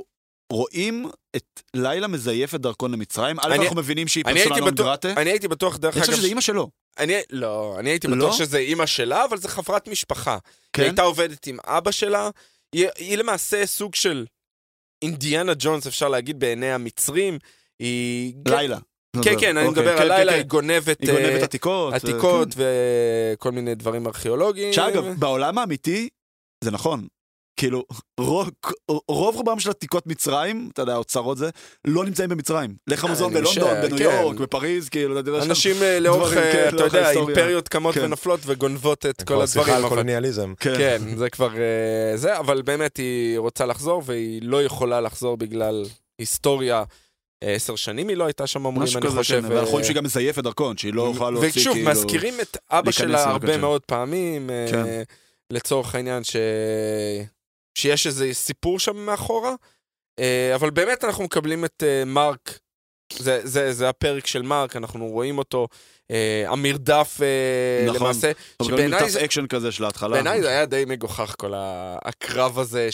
רואים את לילה מזייף את דרכון למצרים, אנחנו מבינים שהיא פרסונה נון גרטה. אני הייתי בטוח דרך אגב... אני חושב שזה אמא שלו. אני הייתי בטוח שזה אמא שלה, אבל זה חברת משפחה. היא הייתה עובדת עם אבא שלה, היא למעשה סוג של אינדיאנה ג'ונס, אפשר להגיד, בעיני המצרים. לילה. כן, אני מדבר על לילה, היא גונבת עתיקות וכל מיני דברים ארכיאולוגיים. שאגב, בעולם האמיתי, זה נכון. כאילו, רוב רובם של עתיקות מצרים, אתה יודע, האוצרות זה, לא נמצאים במצרים. לך מוזיאון בלונדון, בניו יורק, בפריז, כאילו, אנשים לאורך, אתה יודע, אימפריות קמות ונפלות וגונבות את כל הדברים. שיחה על קולוניאליזם. כן, זה כבר זה, אבל באמת היא רוצה לחזור, והיא לא יכולה לחזור בגלל היסטוריה. 10 שנים היא לא הייתה שם אומרים, אני חושב. ואנחנו רואים שהיא גם מזייפת דרכון, שהיא לא יכולה להוציא ושוב, מזכירים את אבא שלה הרבה מאוד פעמים, לצורך העניין שיש איזה סיפור שם מאחורה, אבל באמת אנחנו מקבלים את מרק, זה הפרק של מרק, אנחנו רואים אותו, המרדף למעסה, מרדף אקשן כזה של ההתחלה. בעיניי זה היה די מגוחך כל הקרב הזה,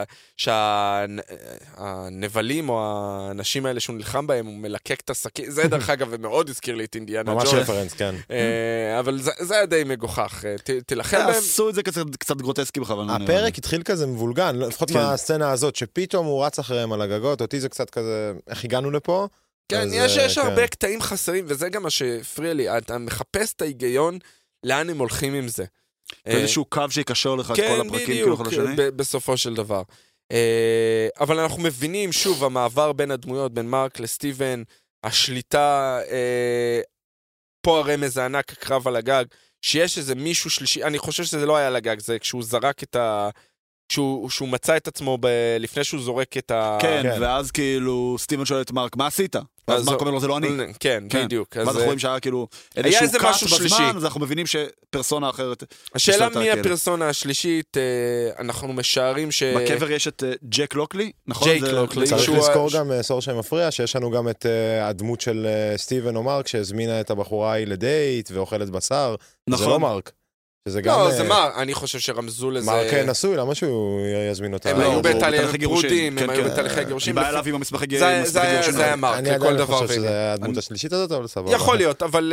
שהנבלים או האנשים האלה שהוא נלחם בהם, הוא מלקק את הסכין, זה דרך אגב ומאוד הזכיר לי את אינדיאנה ג'ונס. ממש רפרנס, כן. אבל זה היה די מגוחך, תלחם בהם. עשו את זה קצת גרוטסקי בכוונה. הפרק התחיל כזה מבולגן, לפחות מהסצנה הזאת, שפתאום הוא רץ אחריהם על הגגות, אותי זה קצת כזה, איך הגענו לפה? כן, יש הרבה קטעים חסרים, וזה גם מה שהפריע לי, אתה מחפש את ההיגיון, לאן הם הולכים עם זה. איזשהו קו שיקשר לך את כל הפרקים. כן, בדיוק, בסופו של דבר. אבל אנחנו מבינים, שוב, המעבר בין הדמויות, בין מרק לסטיבן, השליטה, פה הרמז הענק, הקרב על הגג, שיש איזה מישהו שלישי, אני חושב שזה לא היה על הגג, זה כשהוא זרק את שהוא מצא את עצמו לפני שהוא זורק את כן, ואז כאילו סטיבן שואל את מרק, מה עשית? ואז מרק אומר לו, זה לא אני. כן, בדיוק. ואז אנחנו רואים שהיה כאילו איזשהו קאט בזמן, אז אנחנו מבינים שפרסונה אחרת... השאלה מי הפרסונה השלישית, אנחנו משערים ש... בקבר יש את ג'ק לוקלי, נכון? ג'ק לוקלי. צריך לזכור גם, סור שם מפריע, שיש לנו גם את הדמות של סטיבן או מרק, שהזמינה את הבחורה ההיא לדייט ואוכלת בשר. זה לא מרק. לא, זה מה, אני חושב שרמזו לזה... מרק נשוי, למה שהוא יזמין אותה? הם היו בתהליכי גירושים, הם היו בתהליכי גירושים. היא באה אליו עם המסמכי גירושים. זה היה מרק, אני עדיין לא חושב שזה הדמות השלישית הזאת, אבל סבבה. יכול להיות, אבל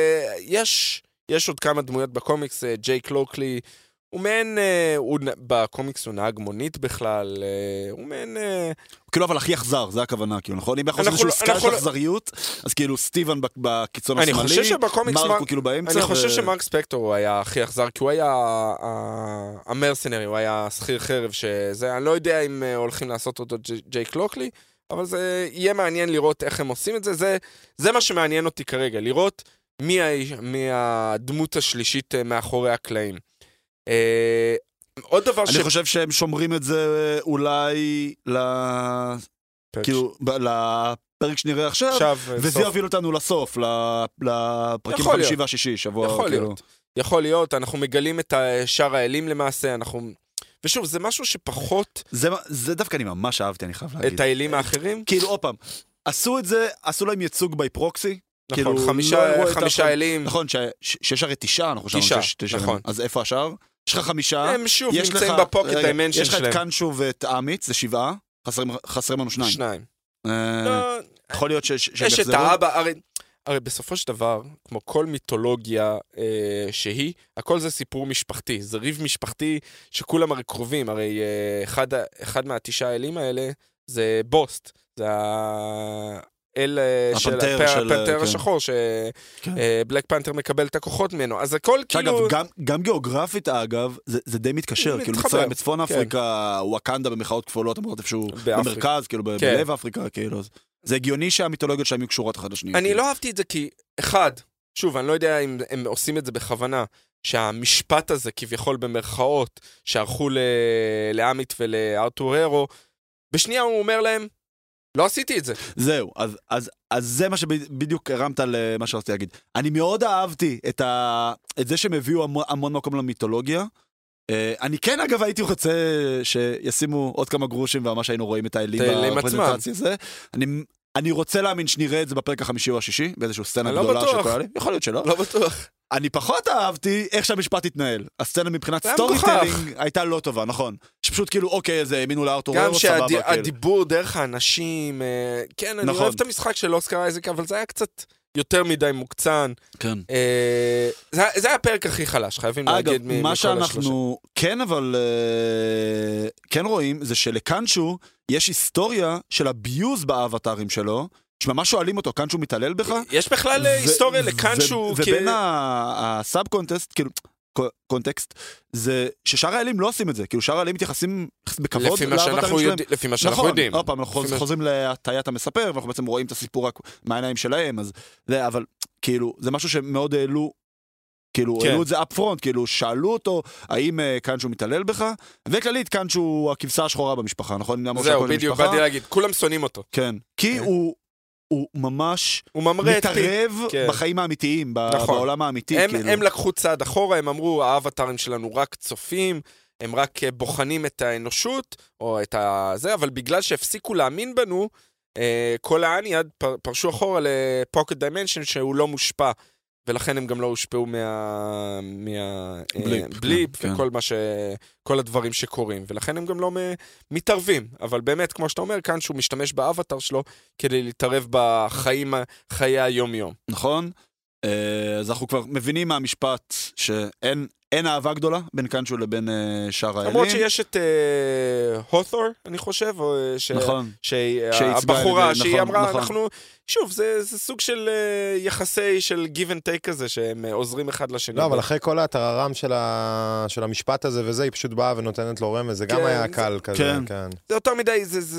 יש עוד כמה דמויות בקומיקס, ג'ייק לוקלי, הוא מעין, בקומיקס הוא נהג מונית בכלל, הוא מעין... כאילו אבל הכי אכזר, זה הכוונה, כאילו, נכון? אם יכול להיות איזשהו סקאל של אכזריות, אז כאילו סטיבן בקיצון השמאלי, מרק הוא כאילו באמצע. אני חושב שמרק ספקטור הוא היה הכי אכזר, כי הוא היה המרסנרי, הוא היה שכיר חרב שזה, אני לא יודע אם הולכים לעשות אותו ג'ייק לוקלי, אבל זה יהיה מעניין לראות איך הם עושים את זה, זה מה שמעניין אותי כרגע, לראות מי הדמות השלישית מאחורי הקלעים. עוד דבר אני חושב שהם שומרים את זה אולי לפרק שנראה עכשיו, וזה יוביל אותנו לסוף, לפרקים 5 ו6 שבוע. יכול להיות, אנחנו מגלים את שאר האלים למעשה, ושוב, זה משהו שפחות... זה דווקא אני ממש אהבתי, אני חייב להגיד. את האלים האחרים? כאילו, עוד פעם, עשו את זה, עשו להם ייצוג בי פרוקסי, נכון, 5 אלים. נכון, שיש הרי 9, אנחנו חושבים שיש 9. נכון. אז איפה השאר? יש לך 5. הם שוב נמצאים בפוקט דיימנשן שלהם. יש לך את קנשו ואת אמיץ, זה 7. חסרים לנו 2. יכול להיות שהם יחזרו. יש את האבא, הרי בסופו של דבר, כמו כל מיתולוגיה שהיא, הכל זה סיפור משפחתי. זה ריב משפחתי שכולם הרי קרובים. הרי אחד מה9 האלים האלה זה בוסט. זה אל של הפנתר השחור, שבלק פנתר מקבל את הכוחות ממנו. אז הכל כאילו... אגב, גם גיאוגרפית, אגב, זה די מתקשר. כאילו מצרים בצפון אפריקה, וואקנדה במחאות כפולות, אמרת איפשהו במרכז, כאילו בלב אפריקה, כאילו. זה הגיוני שהמיתולוגיות שם יהיו קשורות אחת לשנייה. אני לא אהבתי את זה כי, אחד, שוב, אני לא יודע אם הם עושים את זה בכוונה, שהמשפט הזה, כביכול במרכאות, שערכו לאמית ולארתוררו, בשנייה הוא אומר להם, לא עשיתי את זה. זהו, אז זה מה שבדיוק הרמת על מה שרציתי להגיד. אני מאוד אהבתי את זה שהם הביאו המון מקום למיתולוגיה. אני כן אגב הייתי רוצה שישימו עוד כמה גרושים ומה שהיינו רואים את האלים בפרזנטציה הזה. אני רוצה להאמין שנראה את זה בפרק 5 או 6, באיזשהו סצנה גדולה שקורה לי. יכול להיות שלא. לא בטוח. אני פחות אהבתי איך שהמשפט התנהל. הסצנה מבחינת סטורי טלינג הייתה לא טובה, נכון. שפשוט כאילו, אוקיי, אז האמינו לארתור גם שהדיבור דרך האנשים, כן, אני אוהב את המשחק של אוסקר אייזק, אבל זה היה קצת יותר מדי מוקצן. כן. זה היה הפרק הכי חלש, חייבים להגיד מכל השלושה. מה שאנחנו כן, אבל כן רואים, זה שלקנצ'ו יש היסטוריה של הביוז באבטרים שלו, שממש שואלים אותו, קנצ'ו מתעלל בך? יש בכלל היסטוריה לקנצ'ו. ובין הסאב קונטקסט, כאילו, קונטקסט, זה ששאר האלים לא עושים את זה, כאילו שאר האלים מתייחסים בכבוד לאבטרים שלהם. לפי מה שאנחנו יודעים. נכון, פעם אנחנו חוזרים להטיית המספר, ואנחנו בעצם רואים את הסיפור רק מהעיניים שלהם, אז זה, אבל כאילו, זה משהו שמאוד העלו, כאילו, העלו את זה up front, כאילו, שאלו אותו, האם קנצ'ו מתעלל בך, וכללית, קנצ'ו הוא הכבשה השחורה במשפחה, נכון? זהו, בדיוק, באתי להגיד, כולם שונאים אותו. כן, כי הוא ממש מתערב בחיים האמיתיים, בעולם האמיתי. הם לקחו צעד אחורה, הם אמרו, האבטרים שלנו רק צופים, הם רק בוחנים את האנושות, או את זה, אבל בגלל שהפסיקו להאמין בנו, כל האניאד פרשו אחורה לפוקט דיימנשן שהוא לא מושפע, ולכן הם גם לא הושפעו מהבליפ וכל הדברים שקורים, ולכן הם גם לא מתערבים, אבל באמת, כמו שאתה אומר, כאן שהוא משתמש באבטר שלו, כדי להתערב בחיים, חיי היום-יום. נכון, אז אנחנו כבר מבינים מהמשפט שאין אהבה גדולה בין קנצ'ו לבין שאר האלים. למרות שיש את הות'ור, אני חושב, נכון. שהבחורה שהיא אמרה, אנחנו, שוב, זה סוג של יחסי של give and take כזה, שהם עוזרים אחד לשני. לא, אבל אחרי כל הטררם של המשפט הזה וזה, היא פשוט באה ונותנת לו רמז, זה גם היה קל כזה. זה יותר מדי,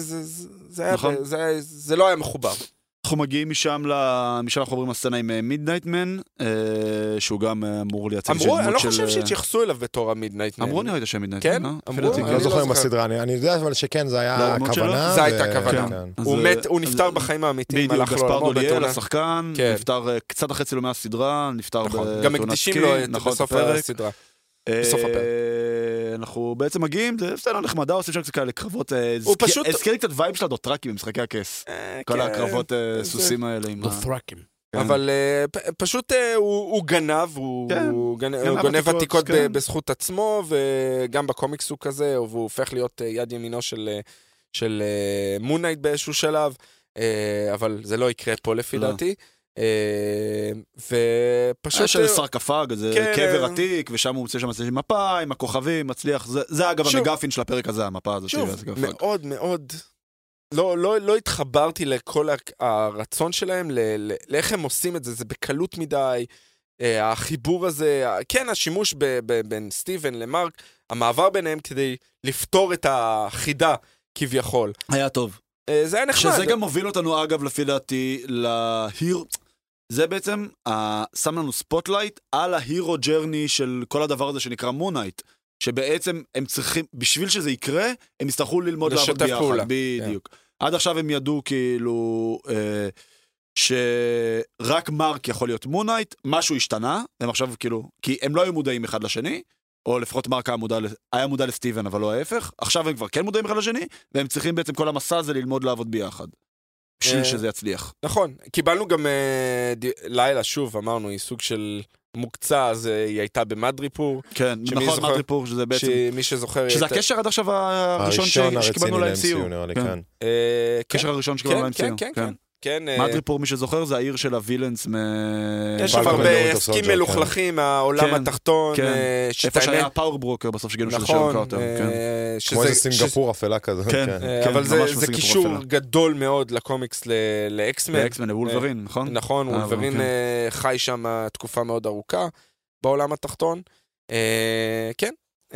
זה לא היה מחובר. אנחנו מגיעים משם אנחנו עוברים לסצנה עם מידנייטמן, שהוא גם אמור לייצג של דמות של... אני לא חושב שהתייחסו אליו בתור המידנייטמן. אמרו נראה את השם מידנייטמן, כן? אמרו? אני לא זוכר בסדרה, אני יודע אבל שכן, זה היה הכוונה. זה הייתה הכוונה. הוא נפטר בחיים האמתיים, בדיוק, גספר דוליאל, השחקן, נפטר קצת אחרי צילומי הסדרה, נפטר גם הקדישים לו בסוף הסדרה. בסוף הפרק. אנחנו בעצם מגיעים, זה סצנה נחמדה, עושים שם קצת כאלה קרבות, הזכיר לי קצת וייב של הדוטרקים במשחקי הכס. כל הקרבות סוסים האלה עם דוטרקים. אבל פשוט הוא גנב, הוא גונב עתיקות בזכות עצמו, וגם בקומיקס הוא כזה, והוא הופך להיות יד ימינו של מונייט באיזשהו שלב, אבל זה לא יקרה פה לפי דעתי. ופשוט של סרקפאג, זה קבר עתיק, ושם הוא מוצא שם מפה עם הכוכבים, מצליח, זה אגב המגפין של הפרק הזה, המפה הזאת. שוב, מאוד מאוד לא התחברתי לכל הרצון שלהם, לאיך הם עושים את זה, זה בקלות מדי, החיבור הזה, כן, השימוש בין סטיבן למרק, המעבר ביניהם כדי לפתור את החידה כביכול. היה טוב. זה היה נחמד. שזה גם מוביל אותנו אגב לפי דעתי להיר... זה בעצם שם לנו ספוטלייט על ההירו ג'רני של כל הדבר הזה שנקרא מונייט, שבעצם הם צריכים, בשביל שזה יקרה, הם יצטרכו ללמוד לעבוד ביחד. בדיוק. עד עכשיו הם ידעו כאילו שרק מרק יכול להיות מונייט, משהו השתנה, הם עכשיו כאילו, כי הם לא היו מודעים אחד לשני, או לפחות מרק היה מודע לסטיבן, אבל לא ההפך, עכשיו הם כבר כן מודעים אחד לשני, והם צריכים בעצם כל המסע הזה ללמוד לעבוד ביחד. בשביל שזה יצליח. נכון, קיבלנו גם לילה, שוב, אמרנו, היא סוג של מוקצה, אז היא הייתה במדריפור. כן, נכון, מדריפור, שזה בעצם... מי שזוכר... שזה הקשר עד עכשיו הראשון שקיבלנו ל-MCU. הקשר הראשון שקיבלנו ל-MCU. כן. מדריפור, מי שזוכר, זה העיר של הווילנס יש שם הרבה עסקים מלוכלכים, העולם התחתון. איפה שהיה פאור ברוקר בסוף שגינו של שרון קרטר. כמו איזה סינגפור אפלה כזה. אבל זה קישור גדול מאוד לקומיקס לאקסמן. לאקסמן, לוולברין, נכון? נכון, וולברין חי שם תקופה מאוד ארוכה בעולם התחתון. כן.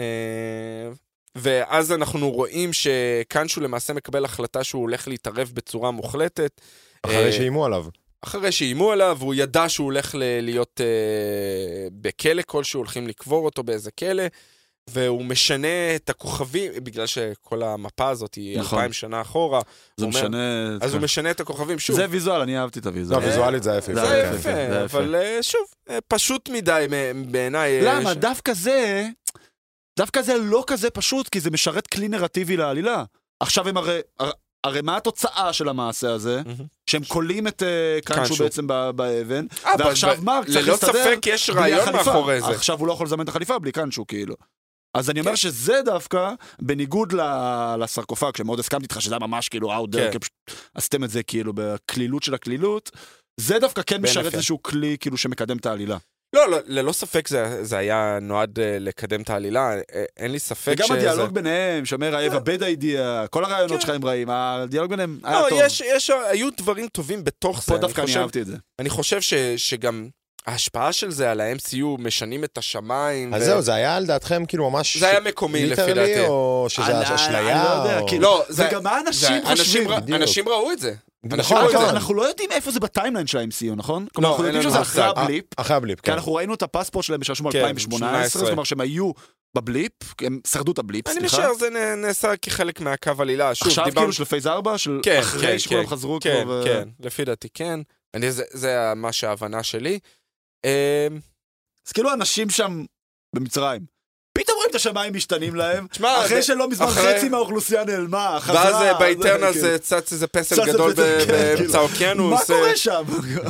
ואז אנחנו רואים שקנצ'ו למעשה מקבל החלטה שהוא הולך להתערב בצורה מוחלטת. אחרי שאימו עליו. אחרי שאימו עליו, והוא ידע שהוא הולך להיות בכלא כלשהו, הולכים לקבור אותו באיזה כלא, והוא משנה את הכוכבים, בגלל שכל המפה הזאת היא 2000 שנה אחורה. אז הוא משנה את הכוכבים שוב. זה ויזואל, אני אהבתי את הוויזואל. לא, ויזואלית זה יפה. זה יפה, אבל שוב, פשוט מדי בעיניי. למה? דווקא זה לא כזה פשוט, כי זה משרת כלי נרטיבי לעלילה. עכשיו הם הרי מה התוצאה של המעשה הזה? שהם קולים את קאנצ'ו בעצם באבן, ועכשיו מרק צריך ללא להסתדר ספק יש רעיון מאחורי זה. עכשיו הוא לא יכול לזמן את החליפה בלי קאנצ'ו, כאילו. אז אני אומר שזה דווקא, בניגוד לסרקופג, שמאוד הסכמתי איתך, שזה ממש כאילו, עשיתם את זה כאילו בכלילות של הכלילות, זה דווקא כן משרת איזשהו כלי כאילו שמקדם את העלילה. לא, ללא ספק זה היה נועד לקדם את העלילה, אין לי ספק וגם הדיאלוג ביניהם, שאומר, האב הבד אידיאה, כל הרעיונות שלך הם רעים, הדיאלוג ביניהם היה טוב. היו דברים טובים בתוך זה. פה דווקא אני אהבתי את זה. אני חושב שגם ההשפעה של זה על ה-MCU משנים את השמיים. אז זהו, זה היה על דעתכם כאילו ממש... זה היה מקומי לפי דעתי. או שזה אשליה? לא, וגם מה אנשים חושבים? אנשים ראו את זה. אנחנו לא יודעים איפה זה בטיימליין של ה-MCU, נכון? כלומר, אנחנו יודעים שזה אחרי הבליפ. אחרי הבליפ, כן. כי אנחנו ראינו את הפספורט שלהם בשלשום 2018, זאת אומרת שהם היו בבליפ, הם שרדו את הבליפ, סליחה. אני משער, זה נעשה כחלק מהקו עלילה. עכשיו כאילו של פייז 4, של אחרי שכולם חזרו כבר. כן, לפי דעתי, כן. זה מה שההבנה שלי. אז כאילו אנשים שם במצרים. פתאום רואים את השמיים משתנים להם, אחרי שלא מזמן חצי מהאוכלוסייה נעלמה, ואז באיטרנל זה צץ איזה פסל גדול באמצע האוקיינוס. מה קורה שם?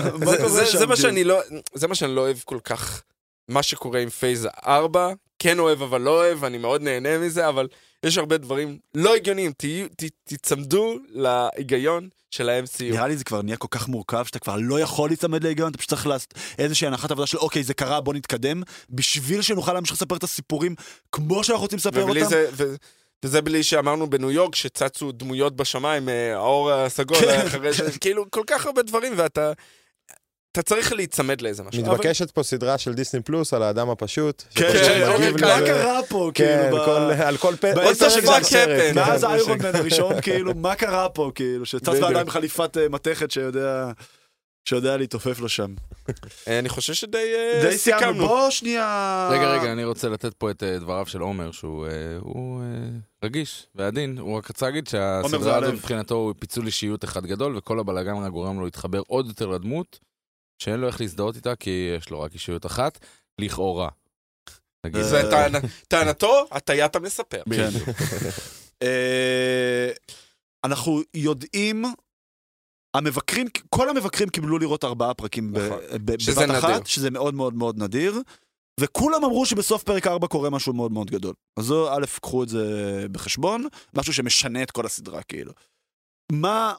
זה מה שאני לא אוהב כל כך, מה שקורה עם פייז 4, כן אוהב אבל לא אוהב, אני מאוד נהנה מזה, אבל יש הרבה דברים לא הגיוניים, תצמדו להיגיון של ה-MCU. נראה לי זה כבר נהיה כל כך מורכב, שאתה כבר לא יכול להצמד להיגיון, אתה פשוט צריך איזושהי הנחת עבודה של אוקיי, זה קרה, בוא נתקדם, בשביל שנוכל להמשיך לספר את הסיפורים כמו שאנחנו רוצים לספר אותם. וזה בלי שאמרנו בניו יורק, שצצו דמויות בשמיים, האור הסגול, כאילו כל כך הרבה דברים, ואתה צריך להיצמד לאיזה משהו. מתבקשת פה סדרה של דיסני פלוס על האדם הפשוט. כן, מה קרה פה? כן, על כל פרק. מאז איירון מן הראשון, כאילו, מה קרה פה? כאילו, שצץ לאדם עם חליפת מתכת שיודע להתעופף לו שם. אני חושב שדי סיכמנו. בוא שנייה... רגע, אני רוצה לתת פה את דבריו של עומר, שהוא רגיש ועדין. הוא רק רצה להגיד שהסדרה הזו מבחינתו הוא פיצול אישיות אחד גדול, וכל הבלגן רק גורם לו להתחבר עוד יותר לדמות. שאין לו איך להזדהות איתה, כי יש לו רק אישיות אחת, לכאורה. זה טענתו, הטיית המספר. אנחנו יודעים, כל המבקרים קיבלו לראות 4 פרקים בבת אחת, שזה מאוד מאוד מאוד נדיר, וכולם אמרו שבסוף פרק 4 קורה משהו מאוד מאוד גדול. אז זו, א', קחו את זה בחשבון, משהו שמשנה את כל הסדרה, כאילו. מה...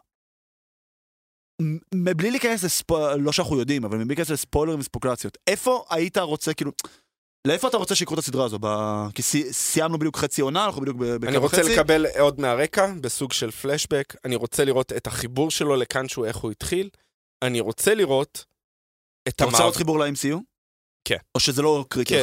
מבלי להיכנס לא שאנחנו יודעים, אבל מבלי להיכנס לספוילרים וספוקולציות, איפה היית רוצה, כאילו, לאיפה אתה רוצה שיקרו את הסדרה הזו? כי סיימנו בדיוק חצי עונה, אנחנו בדיוק בקו חצי. אני רוצה לקבל עוד מהרקע, בסוג של פלשבק, אני רוצה לראות את החיבור שלו לקאנצ'ו, איך הוא התחיל, אני רוצה לראות את אתה רוצה עוד חיבור ל-MCU? כן. או שזה לא קריטי לך?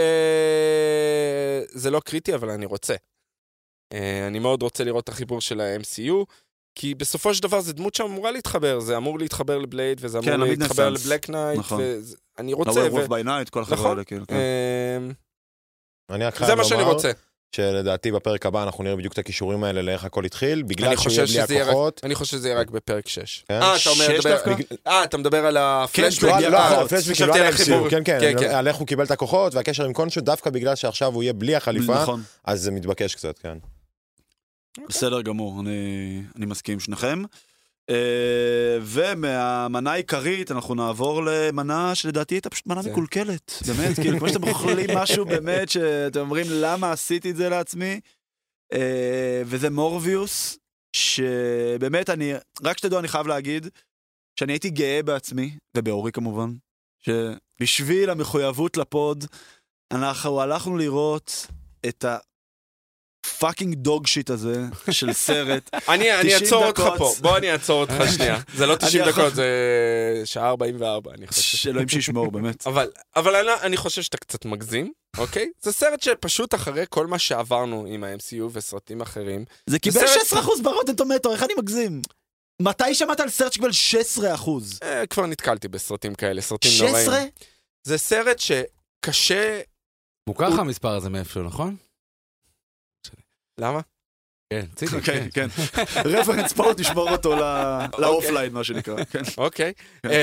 זה לא קריטי, אבל אני רוצה. אני מאוד רוצה לראות את החיבור של ה-MCU, כי בסופו של דבר זה דמות שאמורה להתחבר, זה אמור להתחבר לבלייד, וזה אמור להתחבר לבלק נייט, ואני רוצה... וולף ביי נייט, כל החברה האלה, כאילו. זה מה שאני רוצה. שלדעתי בפרק הבא אנחנו נראה בדיוק את הכישורים האלה לאיך הכל התחיל, בגלל שהוא יהיה בלי הכוחות. אני חושב שזה יהיה רק בפרק 6. אתה מדבר על הפלשבק? לא, הפלשבק לא על ה-MCU, כן, על איך הוא קיבל את הכוחות, והקשר עם קונשו, דווקא בגלל שעכשיו הוא יהיה בלי החליפה, אז זה מתבקש קצת, כן. בסדר גמור, אני מסכים שניכם. ומהמנה העיקרית אנחנו נעבור למנה שלדעתי הייתה פשוט מנה מקולקלת, באמת, כאילו כמו שאתם אוכלים משהו באמת שאתם אומרים למה עשיתי את זה לעצמי, וזה מורביוס, שבאמת רק שתדעו אני חייב להגיד שאני הייתי גאה בעצמי, ובאורי כמובן, שבשביל המחויבות לפוד אנחנו הלכנו לראות את פאקינג דוג שיט הזה של סרט. אני אעצור אותך פה, בוא אני אעצור אותך שנייה. זה לא 90 דקות, זה שעה 44, אני חושב. שאלוהים שישמור, באמת. אבל אני חושב שאתה קצת מגזים, אוקיי? זה סרט שפשוט אחרי כל מה שעברנו עם ה-MCU וסרטים אחרים. זה קיבל 16% ברוטן טומטו, איך אני מגזים? מתי שמעת על סרט שקיבל 16%? כבר נתקלתי בסרטים כאלה, סרטים נוראים. 16? זה סרט שקשה... מוכר לך המספר הזה מאיפשהו, נכון? למה? כן, ציטי. כן. רפרנס פה תשמור אותו לאופליין, מה שנקרא. אוקיי.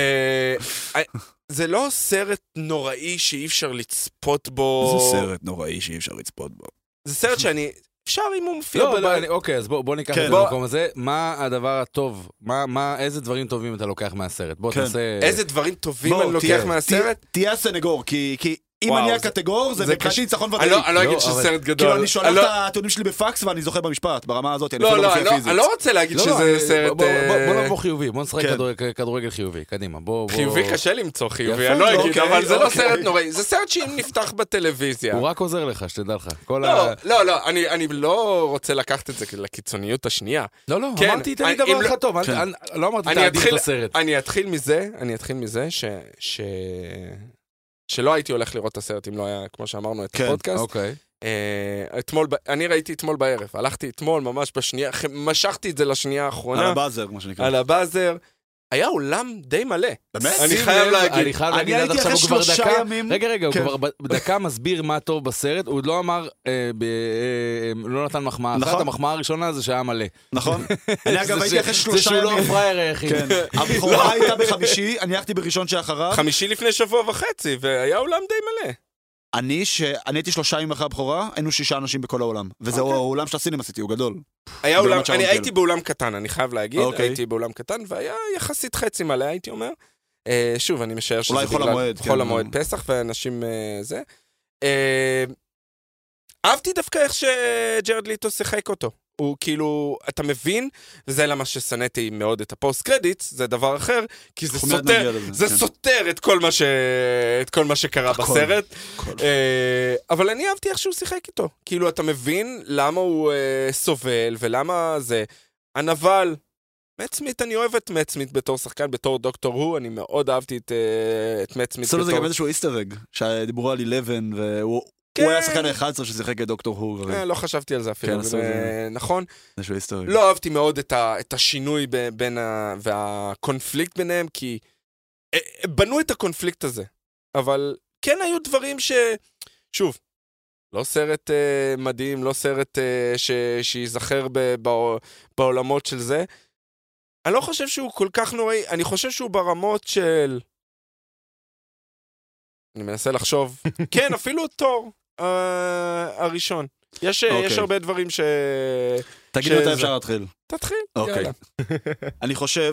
זה לא סרט נוראי שאי אפשר לצפות בו. זה סרט נוראי שאי אפשר לצפות בו. זה סרט אפשר אם הוא מופיע בבית. אוקיי, אז בוא ניקח את המקום הזה. מה הדבר הטוב? איזה דברים טובים אתה לוקח מהסרט? בוא תעשה... איזה דברים טובים אני לוקח מהסרט? תהיה הסנגור, כי אם אני הקטגור, זה מבחינתי ניצחון ודאי. אני לא אגיד שזה סרט גדול. כאילו, אני שולח את הטיעונים שלי בפקס ואני זוכה במשפט, ברמה הזאת, אני אפילו לא מופיע פיזית. אני לא רוצה להגיד שזה סרט... בוא נבוא חיובי, בוא נשחק כדורגל חיובי, קדימה. חיובי קשה למצוא חיובי, אני לא אגיד, אבל זה לא סרט נוראי. זה סרט שאם נפתח בטלוויזיה... הוא רק עוזר לך, שתדע לך. לא, אני לא רוצה לקחת את זה לקיצוניות השנייה. לא, אמרתי, תן לי דבר אחד טוב, לא אמרתי תעדיר את הסרט. אני אתחיל מזה שלא הייתי הולך לראות את הסרט אם לא היה, כמו שאמרנו, את הפודקאסט. אוקיי. אני ראיתי אתמול בערב, הלכתי אתמול ממש בשנייה, משכתי את זה לשנייה האחרונה. על הבאזר, מה שנקרא. על הבאזר. היה אולם די מלא. באמת? אני חייב להגיד. אני הייתי אחרי 3 ימים. רגע, הוא כבר בדקה מסביר מה טוב בסרט, הוא לא אמר, לא נתן מחמאה אחת, המחמאה הראשונה זה שהיה מלא. נכון. אני אגב הייתי אחרי 3 ימים. זה שהוא לא פרייר היחיד. הבכורה הייתה בחמישי, אני הלכתי בראשון שאחריו. חמישי לפני שבוע וחצי, והיה אולם די מלא. אני הייתי 3 ימים אחרי הבכורה, היינו 6 אנשים בכל העולם. וזהו האולם של הסינמה סיטי, הוא גדול. אני הייתי באולם קטן, אני חייב להגיד, הייתי באולם קטן, והיה יחסית חצי מלא, הייתי אומר. שוב, אני משער שזה בגלל חול המועד פסח, ואנשים זה. אהבתי דווקא איך שג'רד ליטו שיחק אותו. הוא כאילו, אתה מבין, וזה למה שסנאתי מאוד את הפוסט קרדיטס, זה דבר אחר, כי זה סותר את כל מה שקרה בסרט. אבל אני אהבתי איך שהוא שיחק איתו. כאילו, אתה מבין למה הוא סובל, ולמה זה. הנבל, מאט סמית, אני אוהב את מאט סמית בתור שחקן, בתור דוקטור הוא, אני מאוד אהבתי את מאט סמית. עשו לזה גם איזשהו איסטר-אג, שדיברו על 11, והוא... הוא היה שחקן ה-11 ששיחק את דוקטור הו. לא חשבתי על זה אפילו, נכון? לא אהבתי מאוד את השינוי והקונפליקט ביניהם, כי בנו את הקונפליקט הזה, אבל כן היו דברים שוב, לא סרט מדהים, לא סרט שיזכר בעולמות של זה, אני לא חושב שהוא כל כך נוראי, אני חושב שהוא ברמות של... אני מנסה לחשוב, כן, אפילו תור הראשון. יש הרבה דברים תגיד מתי אפשר להתחיל. תתחיל, יאללה. אני חושב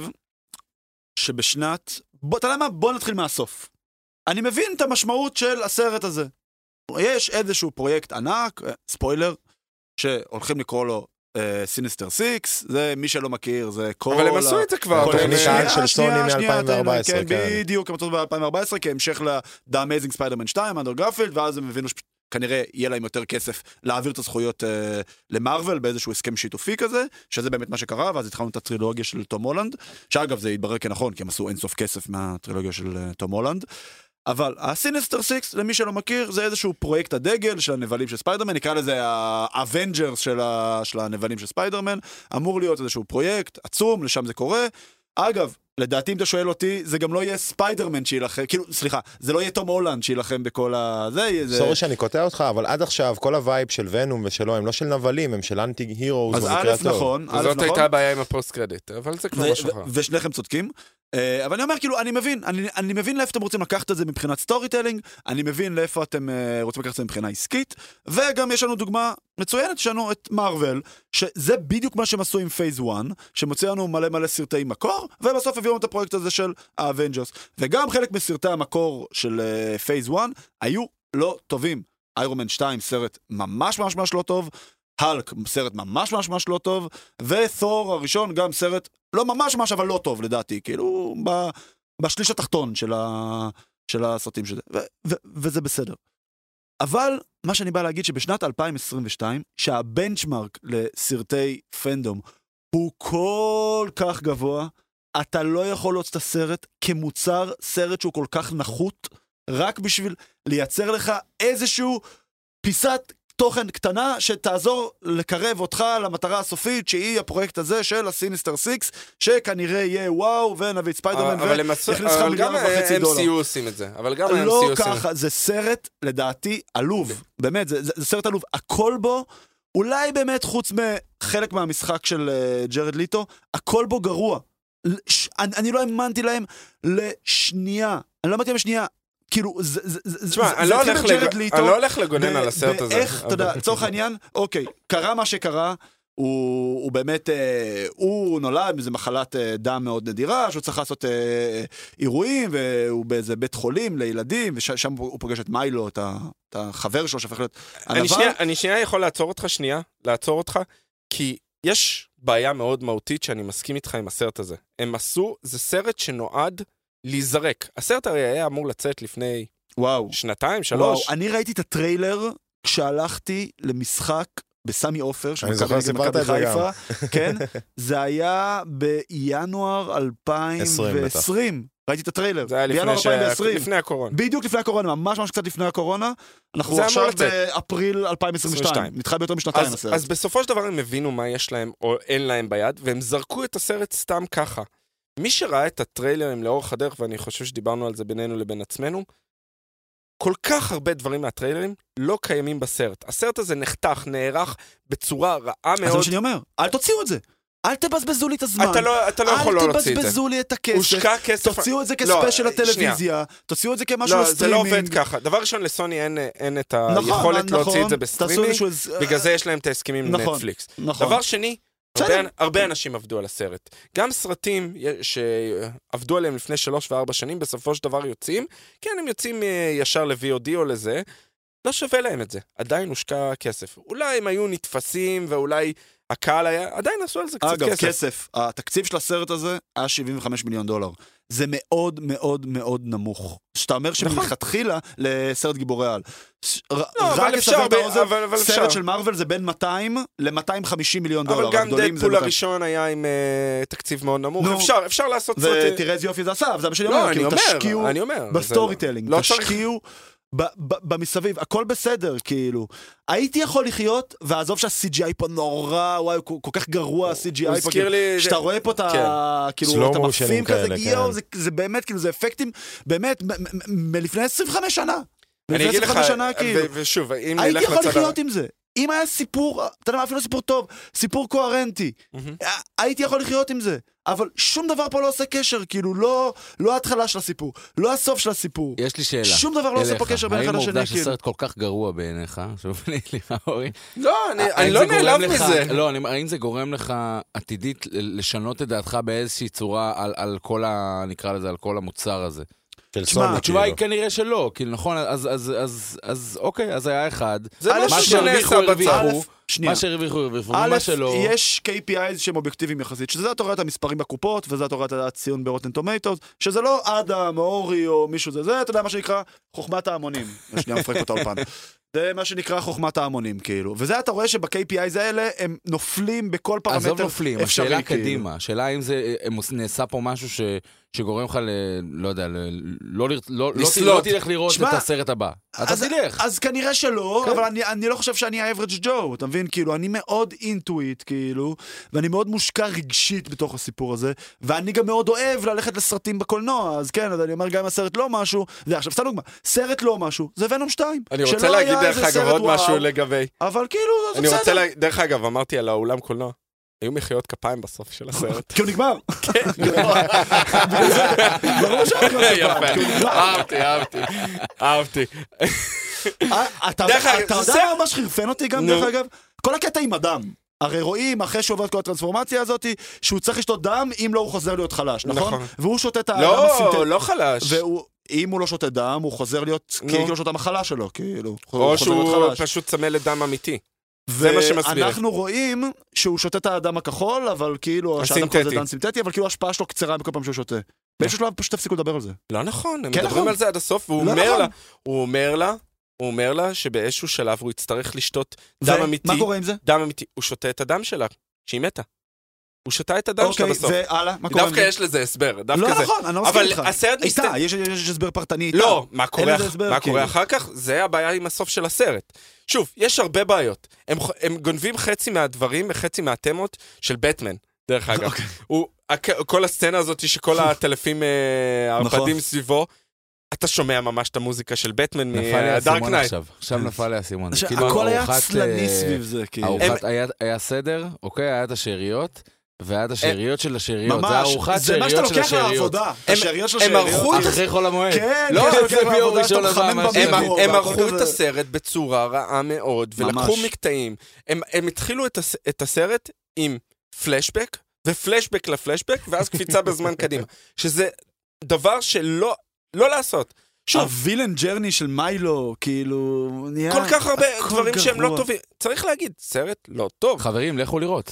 שבשנת... אתה יודע מה? בוא נתחיל מהסוף. אני מבין את המשמעות של הסרט הזה. יש איזשהו פרויקט ענק, ספוילר, שהולכים לקרוא לו סיניסטר 6, זה מי שלא מכיר, זה כל... אבל הם עשו את זה כבר. תוכנית של סוני מ-2014. כן, בדיוק, הם עשו ב-2014, כהמשך ל-The Amazing Spider-Man 2, אנדר גרפילד, ואז הם הבינו שכנראה יהיה להם יותר כסף להעביר את הזכויות למרוול, באיזשהו הסכם שיתופי כזה, שזה באמת מה שקרה, ואז התחלנו את הטרילוגיה של תום הולנד, שאגב זה התברר כנכון, כי הם עשו אינסוף כסף מהטרילוגיה של תום הולנד, אבל הסיניסטר 6, למי שלא מכיר, זה איזשהו פרויקט הדגל של הנבלים של ספיידרמן, נקרא לזה האבנג'רס של הנבלים של ספיידרמן, אמור להיות איזשהו פרויקט עצום, לשם זה קורה. אגב, לדעתי אם אתה שואל אותי, זה גם לא יהיה ספיידרמן שילחם, כאילו, סליחה, זה לא יהיה תום הולנד שילחם בכל זה. סורי שאני קוטע אותך, אבל עד עכשיו כל הווייב של ונום ושלו הם לא של נבלים, הם של אנטי הירוס במקרה הטוב. נכון. זאת הייתה הבעיה עם הפוסט קרדיט, אבל זה כבר משהו אחר. ושניכם צודקים. אבל אני אומר, כאילו, אני מבין לאיפה אתם רוצים לקחת את זה מבחינת סטורי טלינג, אני מבין לאיפה אתם רוצים לקחת את זה מבחינה עסקית, וגם יש לנו דוגמה מצוינת, יש לנו את מארוול, שזה בדיוק מה שהם עשו עם פייז 1, שמוציא לנו מלא מלא סרטי מקור, ובסוף הביאו את הפרויקט הזה של האבנג'רס, וגם חלק מסרטי המקור של פייז 1 היו לא טובים. איירון מן 2 סרט ממש ממש ממש לא טוב, הלק סרט ממש ממש ממש לא טוב, ותור הראשון גם סרט לא ממש ממש אבל לא טוב לדעתי, כאילו בשליש התחתון של הסרטים שזה, וזה בסדר. אבל מה שאני בא להגיד שבשנת 2022, שהבנצ'מרק לסרטי פנדום הוא כל כך גבוה, אתה לא יכול להוציא את הסרט כמוצר סרט שהוא כל כך נחות, רק בשביל לייצר לך איזשהו פיסת תוכן קטנה שתעזור לקרב אותך למטרה הסופית שהיא הפרויקט הזה של הסיניסטר 6 שכנראה יהיה וואו ונביא את ספיידרמן ויכניס לך $1.5 מיליון. MCU עושים את זה, אבל גם ה-MCU לא עושים ככה, זה סרט לדעתי עלוב, באמת, זה סרט עלוב, הכל בו, אולי באמת חוץ מחלק מהמשחק של ג'רד ליטו, הכל בו גרוע. אני לא האמנתי להם לשנייה, אני לא אמרתי להם לשנייה, כאילו, תשמע, אני לא הולך לגונן על הסרט הזה. איך, אתה יודע, צורך העניין, אוקיי, קרה מה שקרה, הוא באמת, הוא נולד מזה מחלת דם מאוד נדירה, שהוא צריך לעשות אירועים, והוא באיזה בית חולים לילדים, ושם הוא פוגש את מיילו, את החבר שלו שהפך להיות הנבל. אני שנייה יכול לעצור אותך, כי יש בעיה מאוד מהותית שאני מסכים איתך עם הסרט הזה. הם עשו, זה סרט שנועד להיזרק. הסרט הרי היה אמור לצאת לפני שנתיים, 3. אני ראיתי את הטריילר כשהלכתי למשחק בסמי אופר, אני זוכר סיפרת את זה גם. כן, זה היה בינואר 2020. ראיתי את הטריילר. זה היה לפני הקורונה. בדיוק לפני הקורונה, ממש קצת לפני הקורונה. אנחנו עכשיו באפריל 2022. נדחה ביותר משנתיים הסרט. אז בסופו של דבר הם הבינו מה יש להם או אין להם ביד, והם זרקו את הסרט סתם ככה. מי שראה את הטריילרים לאורך הדרך, ואני חושב שדיברנו על זה בינינו לבין עצמנו, כל כך הרבה דברים מהטריילרים לא קיימים בסרט. הסרט הזה נחתך, נערך בצורה רעה מאוד. אז זה מה שאני אומר, אל תוציאו את זה. אל תבזבזו לי את הזמן. אתה לא יכול לא להוציא את זה. אל תבזבזו לי את הכסף. תוציאו את זה כספיישל לטלוויזיה. תוציאו את זה כמשהו לסטרימינג. זה לא עובד ככה. דבר ראשון, לסוני אין את היכולת להוציא את זה בסטרימינג. בגלל זה יש להם את ההסכמים עם נטפליקס. דבר שני, הרבה אנשים עבדו על הסרט. גם סרטים שעבדו עליהם לפני 3 ו4 שנים, בסופו של דבר יוצאים. כן, הם יוצאים ישר ל-VOD או לזה. לא שווה להם את זה. עדיין הושקע כסף. אולי הם היו נתפסים ואולי הקהל היה, עדיין עשו על זה קצת כסף. אגב, כסף. התקציב של הסרט הזה היה $75 מיליון. זה מאוד מאוד מאוד נמוך. שאתה אומר שמלכתחילה לסרט גיבורי על. רק לסבר את האוזן, סרט של מרוול זה בין 200 ל-$250 מיליון. אבל גם דדפול הראשון היה עם תקציב מאוד נמוך. אפשר לעשות סרט. ותראה איזה יופי זה עשה, זה מה שאני אומר. תשקיעו בסטורי טלינג, תשקיעו במסביב, הכל בסדר, כאילו. הייתי יכול לחיות, ועזוב שהCGI פה נורא, וואי, כל כך גרוע ה-CGI פה, שאתה רואה פה את המפים כזה, זה באמת, כאילו, זה אפקטים, באמת, מלפני 25 שנה. אני אגיד לך, ושוב, אם הייתי יכול לחיות עם זה. אם היה סיפור, אתה יודע מה, אפילו סיפור טוב, סיפור קוהרנטי, הייתי יכול לחיות עם זה. אבל שום דבר פה לא עושה קשר, כאילו לא ההתחלה של הסיפור, לא הסוף של הסיפור. יש לי שאלה. שום דבר לא עושה פה קשר בין אחד לשני. האם העובדה שסרט כל כך גרוע בעיניך, שובני לי אורי? לא, אני לא נעלב מזה. לא, האם זה גורם לך עתידית לשנות את דעתך באיזושהי צורה על כל נקרא לזה, על כל המוצר הזה? התשובה היא כנראה שלא, כאילו נכון, אז אוקיי, אז היה אחד. זה מה שנעשה בצד. מה שהרוויחו, ומה שלא. יש KPIs שהם אובייקטיביים יחסית, שזה אתה רואה את המספרים בקופות, וזה אתה רואה את הציון ברוטן טומטוס, שזה לא אדם, אורי או מישהו זה, אתה יודע מה שנקרא חוכמת ההמונים. שנייה מפרק אותה אולפן. זה מה שנקרא חוכמת ההמונים, כאילו. וזה אתה רואה שב-KPIs האלה הם נופלים בכל פרמטר אפשרי. עזוב נופלים, השאלה קדימה. השאלה אם זה נעשה פה משהו שגורם לך לא יודע, לא תלך לראות את הסרט הבא. אתה תלך. אז כנראה שלא, אבל אני לא חושב שאני ה-average Joe, אתה מבין? כאילו, אני מאוד אינטואיט, כאילו, ואני מאוד מושקע רגשית בתוך הסיפור הזה, ואני גם מאוד אוהב ללכת לסרטים בקולנוע, אז כן, אני אומר גם אם הסרט לא משהו, ועכשיו, סתם דוגמה, סרט לא משהו, זה ונום 2. אני רוצה להגיד דרך אגב עוד משהו לגבי. אבל כאילו, זה בסדר. אני רוצה להגיד, דרך אגב, אמרתי על האולם קולנוע. היו מחיאות כפיים בסוף של הסרט. כי הוא נגמר. כן. ברור יפה. אהבתי. אתה יודע ממש חרפן אותי גם, דרך אגב? כל הקטע עם הדם. הרי רואים, אחרי שעובר את כל הטרנספורמציה הזאת, שהוא צריך לשתות דם, אם לא הוא חוזר להיות חלש, נכון? והוא שותה את הדם הסינתטי. לא חלש. אם הוא לא שותה דם, הוא חוזר להיות כאילו שותה מחלה שלו, כאילו. או שהוא פשוט צמא לדם אמיתי. זה מה שמסביר. ואנחנו רואים שהוא שותה את הדם הכחול, אבל כאילו, שהדם כזה דם סינתטי, אבל כאילו ההשפעה שלו קצרה בכל פעם שהוא שותה. באיזשהו שלב פשוט תפסיקו לדבר על זה. לא נכון, הם מדברים על זה עד הסוף, והוא אומר לה שבאיזשהו שלב הוא יצטרך לשתות דם אמיתי. מה קורה עם זה? דם אמיתי. הוא שותה את הדם שלה, שהיא מתה. הוא שותה את הדם שלה בסוף. אוקיי, והלאה, מה קורה עם זה? דווקא יש לזה הסבר, לא נכון, אני לא מסכים איתך. אבל הסרט איתה, יש הסבר פרטני איתה. לא, מה קורה אחר כך? זה הבעיה עם הסוף של הסרט. שוב, יש הרבה בעיות. הם גונבים חצי מהדברים וחצי מהתמות של בטמן, דרך אגב. כל הסצנה הזאת שכל הטלפים הרפדים סביבו, אתה שומע ממש את המוזיקה של בטמן מדארק נייט. עכשיו נפל לי הסימון. הכל היה צלני סביב זה. היה סדר, אוקיי, היה את השאריות, ועד השאריות של השאריות, זה ארוחת שאריות של השאריות. השאריות של השאריות. אחרי חול המועד. כן, לא, זה ביום ראשון הבא. הם ערכו את הסרט בצורה רעה מאוד, ולקחו מקטעים. הם התחילו את הסרט עם פלשבק, ופלשבק לפלשבק, ואז קפיצה בזמן קדימה. שזה דבר שלא לעשות. הווילן ג'רני של מיילו, כאילו, נהיה... כל כך הרבה דברים שהם לא טובים. צריך להגיד, סרט לא טוב. חברים, לכו לראות.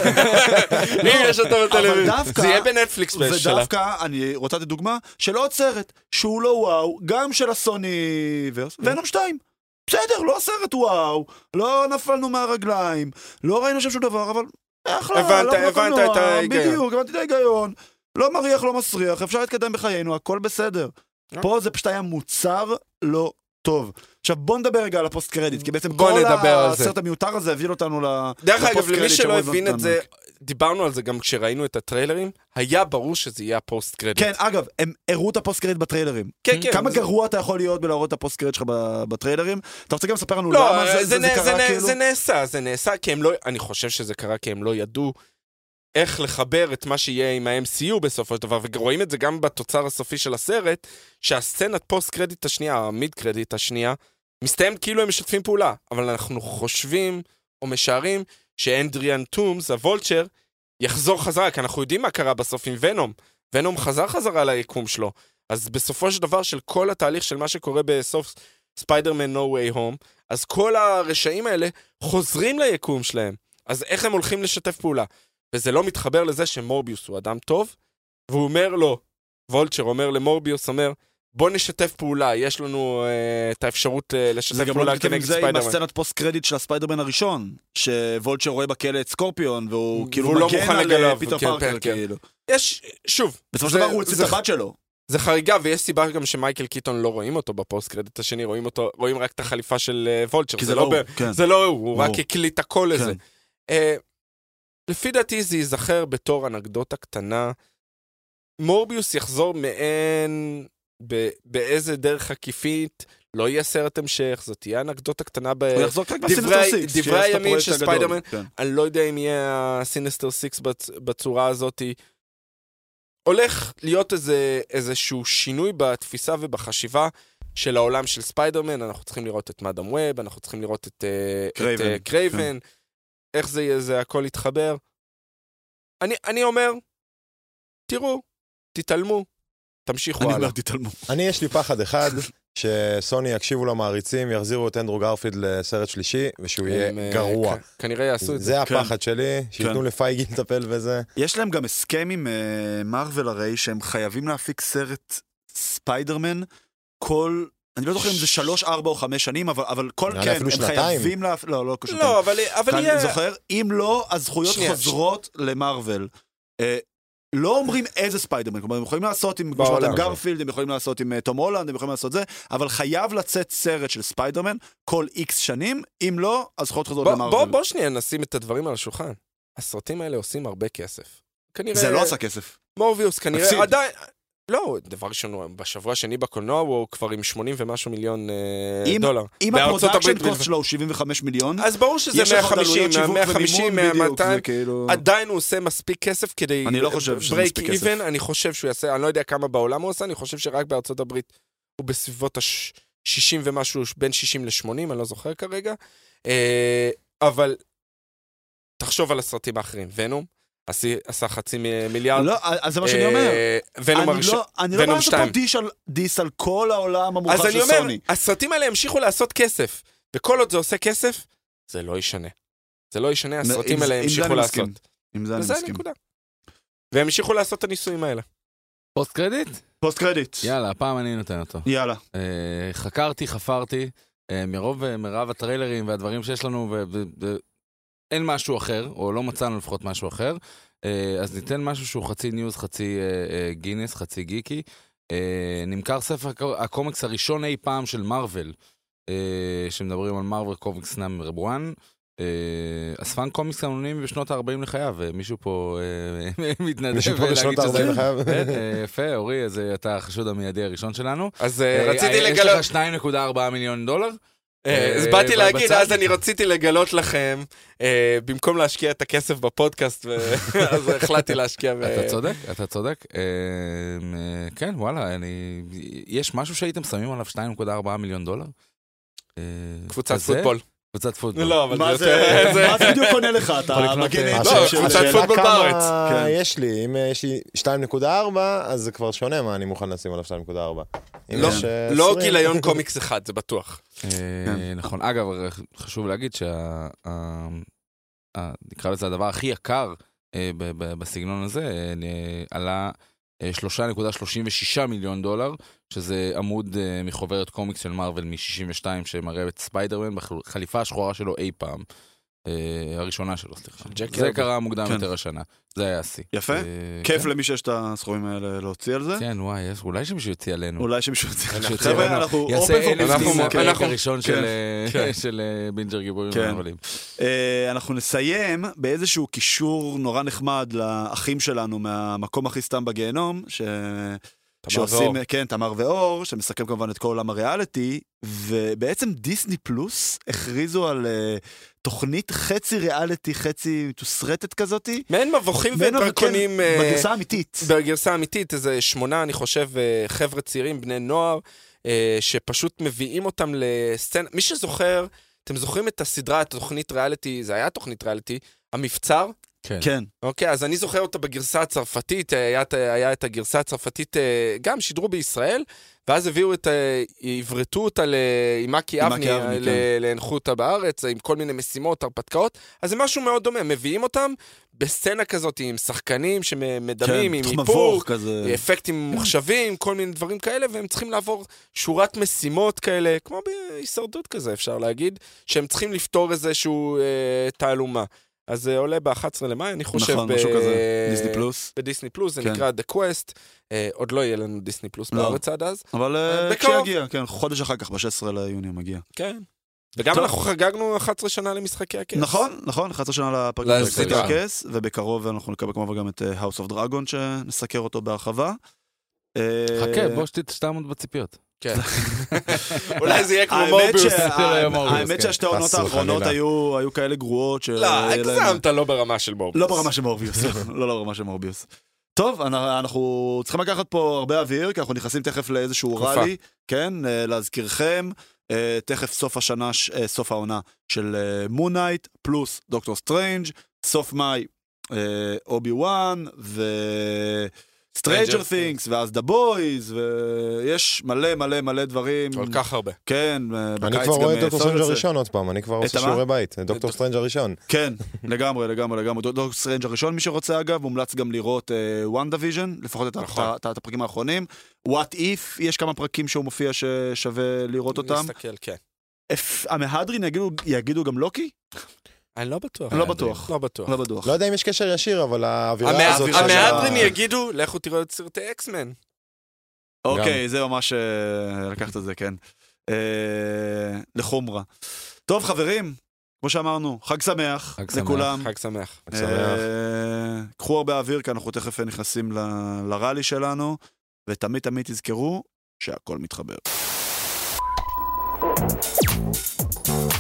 אם יש אותו בטלוויזיה. זה יהיה בנטפליקס בשלה. ודווקא, אני רוצה לתת דוגמה, של עוד סרט, שהוא לא וואו, גם של הסוני ורס, ונום 2. בסדר, לא סרט וואו, לא נפלנו מהרגליים, לא ראינו שום דבר, אבל אחלה, הבנת את ההיגיון. בדיוק, הבנתי את ההיגיון. לא מריח, לא מסריח, אפשר להתקדם בחיינו, הכל בסדר. פה זה פשוט היה מוצר לא טוב. עכשיו בוא נדבר רגע על הפוסט קרדיט, כי בעצם כל הסרט המיותר הזה הביא אותנו לפוסט קרדיט. דרך אגב, למי שלא הבין את זה, דיברנו על זה גם כשראינו את הטריילרים, היה ברור שזה יהיה הפוסט קרדיט. כן, אגב, הם הראו את הפוסט קרדיט בטריילרים. כן, כן. כמה גרוע אתה יכול להיות בלהראות את הפוסט קרדיט שלך בטריילרים? אתה רוצה גם לספר לנו למה זה קרה כאילו? זה נעשה, כי הם לא, אני חושב שזה קרה כי הם לא ידעו איך לחבר את מה שיהיה עם ה-MCU בסופו של דבר, ורואים את זה גם בתוצר הסופי של הסרט, שהסצנת פוסט קרדיט השנייה, המיד קרדיט השנייה, מסתיים כאילו הם משתפים פעולה, אבל אנחנו חושבים או משערים שאנדריאן טומס, הוולצ'ר, יחזור חזרה, כי אנחנו יודעים מה קרה בסוף עם ונום. ונום חזרה ליקום שלו. אז בסופו של דבר של כל התהליך של מה שקורה בסוף ספיידרמן No Way Home, אז כל הרשעים האלה חוזרים ליקום שלהם. אז איך הם הולכים לשתף פעולה? וזה לא מתחבר לזה שמורביוס הוא אדם טוב, והוא אומר לו, וולצ'ר אומר למורביוס, אומר, בוא נשתף פעולה, יש לנו את האפשרות לשתף פעולה כנגד ספיידרמן. זה עם הסצנת פוסט קרדיט של הספיידרמן הראשון, שוולצ'ר רואה בכלא את סקורפיון, והוא כאילו לא מגן על פיטר פארקר, כאילו. יש, שוב. בסופו של דבר הוא הוציא את הבת שלו. זה חריגה, ויש סיבה גם שמייקל קיטון לא רואים אותו בפוסט קרדיט השני, רואים רק את החליפה של וולצ'ר. זה לא הוא רק הקליט הכל לזה. לפי דעתי זה ייזכר בתור אנקדוטה קטנה. מורביוס יחזור מעין באיזה דרך עקיפית, לא יהיה סרט המשך, זאת תהיה אנקדוטה קטנה בדברי הימים של ספיידרמן. אני לא יודע אם יהיה הסינסטר סיקס בצורה הזאת. הולך להיות איזשהו שינוי בתפיסה ובחשיבה של העולם של ספיידרמן. אנחנו צריכים לראות את מאדם ווב, אנחנו צריכים לראות את קרייבן. איך זה הכל יתחבר. אני אומר, תראו, תתעלמו, תמשיכו הלאה. אני אומר, תתעלמו. יש לי פחד אחד, שסוני יקשיבו למעריצים, יחזירו את אנדרו גרפילד לסרט שלישי, ושהוא יהיה גרוע. כנראה יעשו את זה. זה הפחד שלי, שיתנו לפייגי לטפל בזה. יש להם גם הסכם עם מרוול הרי, שהם חייבים להפיק סרט ספיידרמן, אני לא זוכר אם זה 3, 4 או 5 שנים, אבל כל כן, הם חייבים לא כשנתיים. לא, אבל אני זוכר, אם לא, הזכויות חוזרות למרוול. לא אומרים איזה ספיידרמן, כלומר, הם יכולים לעשות עם גרפילד, הם יכולים לעשות עם תום הולנד, הם יכולים לעשות זה, אבל חייב לצאת סרט של ספיידרמן כל איקס שנים, אם לא, הזכויות חוזרות למרוול. בוא שנייה נשים את הדברים על השולחן. הסרטים האלה עושים הרבה כסף. זה לא עשה כסף. מורביוס כנראה עדיין... לא, דבר ראשון, בשבוע השני בקולנוע הוא כבר עם 80 ומשהו מיליון דולר. אם הפרודקשן קוסט שלו הוא 75 מיליון, אז ברור שזה 150, 200, עדיין הוא עושה מספיק כסף כדי... אני לא חושב שזה מספיק כסף. אני חושב שהוא יעשה, אני לא יודע כמה בעולם הוא עושה, אני חושב שרק בארצות הברית הוא בסביבות ה-60 ומשהו, בין 60 ל-80, אני לא זוכר כרגע. אבל תחשוב על הסרטים האחרים. ונום עשה 500 מיליארד. לא, אז זה מה שאני אומר. אני לא מעשה פה דיס על כל העולם המורחב של סוני. אז אני אומר, הסרטים האלה המשיכו לעשות כסף, וכל עוד זה עושה כסף, זה לא ישנה. זה לא ישנה, הסרטים האלה המשיכו לעשות. וזה הנקודה. והם המשיכו לעשות את הניסויים האלה. פוסט קרדיט? פוסט קרדיט. יאללה, הפעם אני נותן אותו. יאללה. חפרתי, מרוב הטריילרים והדברים שיש לנו, אין משהו אחר, או לא מצאנו לפחות משהו אחר, אז ניתן משהו שהוא חצי ניוז, חצי גינס, חצי גיקי. נמכר ספר הקומיקס הראשון אי פעם של מרוול, שמדברים על מרוול קומיקס נאמבר 1, אספן קומיקס אנונימי בשנות ה-40 לחייו, מישהו פה מתנדב. מישהו פה בשנות ה-40 לחייו. יפה, אורי, אז אתה החשוד המיידי הראשון שלנו. אז רציתי לגלות. יש לך $2.4 מיליון? אז באתי להגיד, אז אני רציתי לגלות לכם, במקום להשקיע את הכסף בפודקאסט, אז החלטתי להשקיע. אתה צודק. כן, וואלה, יש משהו שהייתם שמים עליו $2.4 מיליון? קבוצת פוטבול. קבוצת פוטבול. לא, אבל מה זה בדיוק קונה לך? אתה מגן את זה. קבוצת פוטבול בארץ. יש לי, אם יש לי 2.4, אז זה כבר שונה מה אני מוכן לשים עליו 2.4. לא גיליון קומיקס אחד, זה בטוח. נכון. אגב, חשוב להגיד נקרא לזה הדבר הכי יקר בסגנון הזה, עלה $3.36 מיליון, שזה עמוד מחוברת קומיקס של מרוול מ-62, שמראה את ספיידרמן בחליפה השחורה שלו אי פעם. הראשונה שלו, סליחה. זה קרה מוקדם יותר השנה. זה היה השיא. יפה. כיף למי שיש את הסכומים האלה להוציא על זה. כן, וואי, אולי שמישהו יוציא עלינו. אולי שמישהו יוציא. חבר'ה, אנחנו יעשה 1,000 הפרק הראשון של בינג'ר גיבורים ומעבלים. אנחנו נסיים באיזשהו קישור נורא נחמד לאחים שלנו מהמקום הכי סתם בגיהנום, שעושים, כן, תמר ואור, שמסכם כמובן את כל עולם הריאליטי, ובעצם דיסני פלוס הכריזו על תוכנית חצי ריאליטי, חצי תוסרטת כזאת. מעין מבוכים ודרקונים. בגרסה אמיתית. בגרסה אמיתית, איזה 8, אני חושב, חבר'ה צעירים, בני נוער, שפשוט מביאים אותם לסצנה. מי שזוכר, אתם זוכרים את הסדרה, את התוכנית ריאליטי, זה היה תוכנית ריאליטי, המבצר? כן. אוקיי, אז אני זוכר אותה בגרסה הצרפתית, היה את הגרסה הצרפתית, גם שידרו בישראל, ואז הביאו עברתו אותה לאימקי אבני, להנחו אותה בארץ, עם כל מיני משימות, הרפתקאות, אז זה משהו מאוד דומה, מביאים אותם בסצנה כזאת, עם שחקנים שמדמים, עם איפור, אפקטים מוחשבים, כל מיני דברים כאלה, והם צריכים לעבור שורת משימות כאלה, כמו בהישרדות כזה, אפשר להגיד, שהם צריכים לפתור איזשהו תעלומה. אז זה עולה ב-11 למאי, אני חושב, נכון, משהו כזה, דיסני פלוס. בדיסני פלוס, זה נקרא The Quest, עוד לא יהיה לנו דיסני פלוס בארץ עד אז. אבל כשיגיע, כן, חודש אחר כך, ב-16 ליוני מגיע. כן. וגם אנחנו חגגנו 11 שנה למשחקי הכס. נכון, 11 שנה למשחקי הכס, ובקרוב אנחנו נקבל כמובן גם את House of Dragon, שנסקר אותו בהרחבה. חכה, בוא שתעמוד בציפיות. כן. אולי זה יהיה כמו מורביוס. האמת שהשתי העונות האחרונות היו כאלה גרועות. לא, הגזמת לא ברמה של מורביוס. לא ברמה של מורביוס, לא ברמה של מורביוס. טוב, אנחנו צריכים לקחת פה הרבה אוויר, כי אנחנו נכנסים תכף לאיזשהו רלי, כן, להזכירכם, תכף סוף העונה של מון נייט, פלוס דוקטור סטרנג', סוף מאי אובי וואן, Stranger Things, ואז The Boys, ויש מלא דברים. כל כך הרבה. כן, אני כבר רואה את דוקטור סטרנג' הראשון עוד פעם, אני כבר עושה שיעורי בית, דוקטור סטרנג' הראשון. כן, לגמרי. דוקטור סטרנג' הראשון, מי שרוצה אגב, מומלץ גם לראות WandaVision, לפחות את הפרקים האחרונים. What If, יש כמה פרקים שהוא מופיע ששווה לראות אותם. נסתכל, כן. המהדרין יגידו גם לוקי? אני לא בטוח. לא בטוח. לא יודע אם יש קשר ישיר, אבל האווירה הזאת... המהדרין יגידו, לכו תראו את סרטי אקסמן. אוקיי, זה ממש לקחת את זה, כן. לחומרה. טוב, חברים, כמו שאמרנו, חג שמח לכולם. חג שמח. קחו הרבה אוויר, כי אנחנו תכף נכנסים לרלי שלנו, ותמיד תזכרו שהכל מתחבר.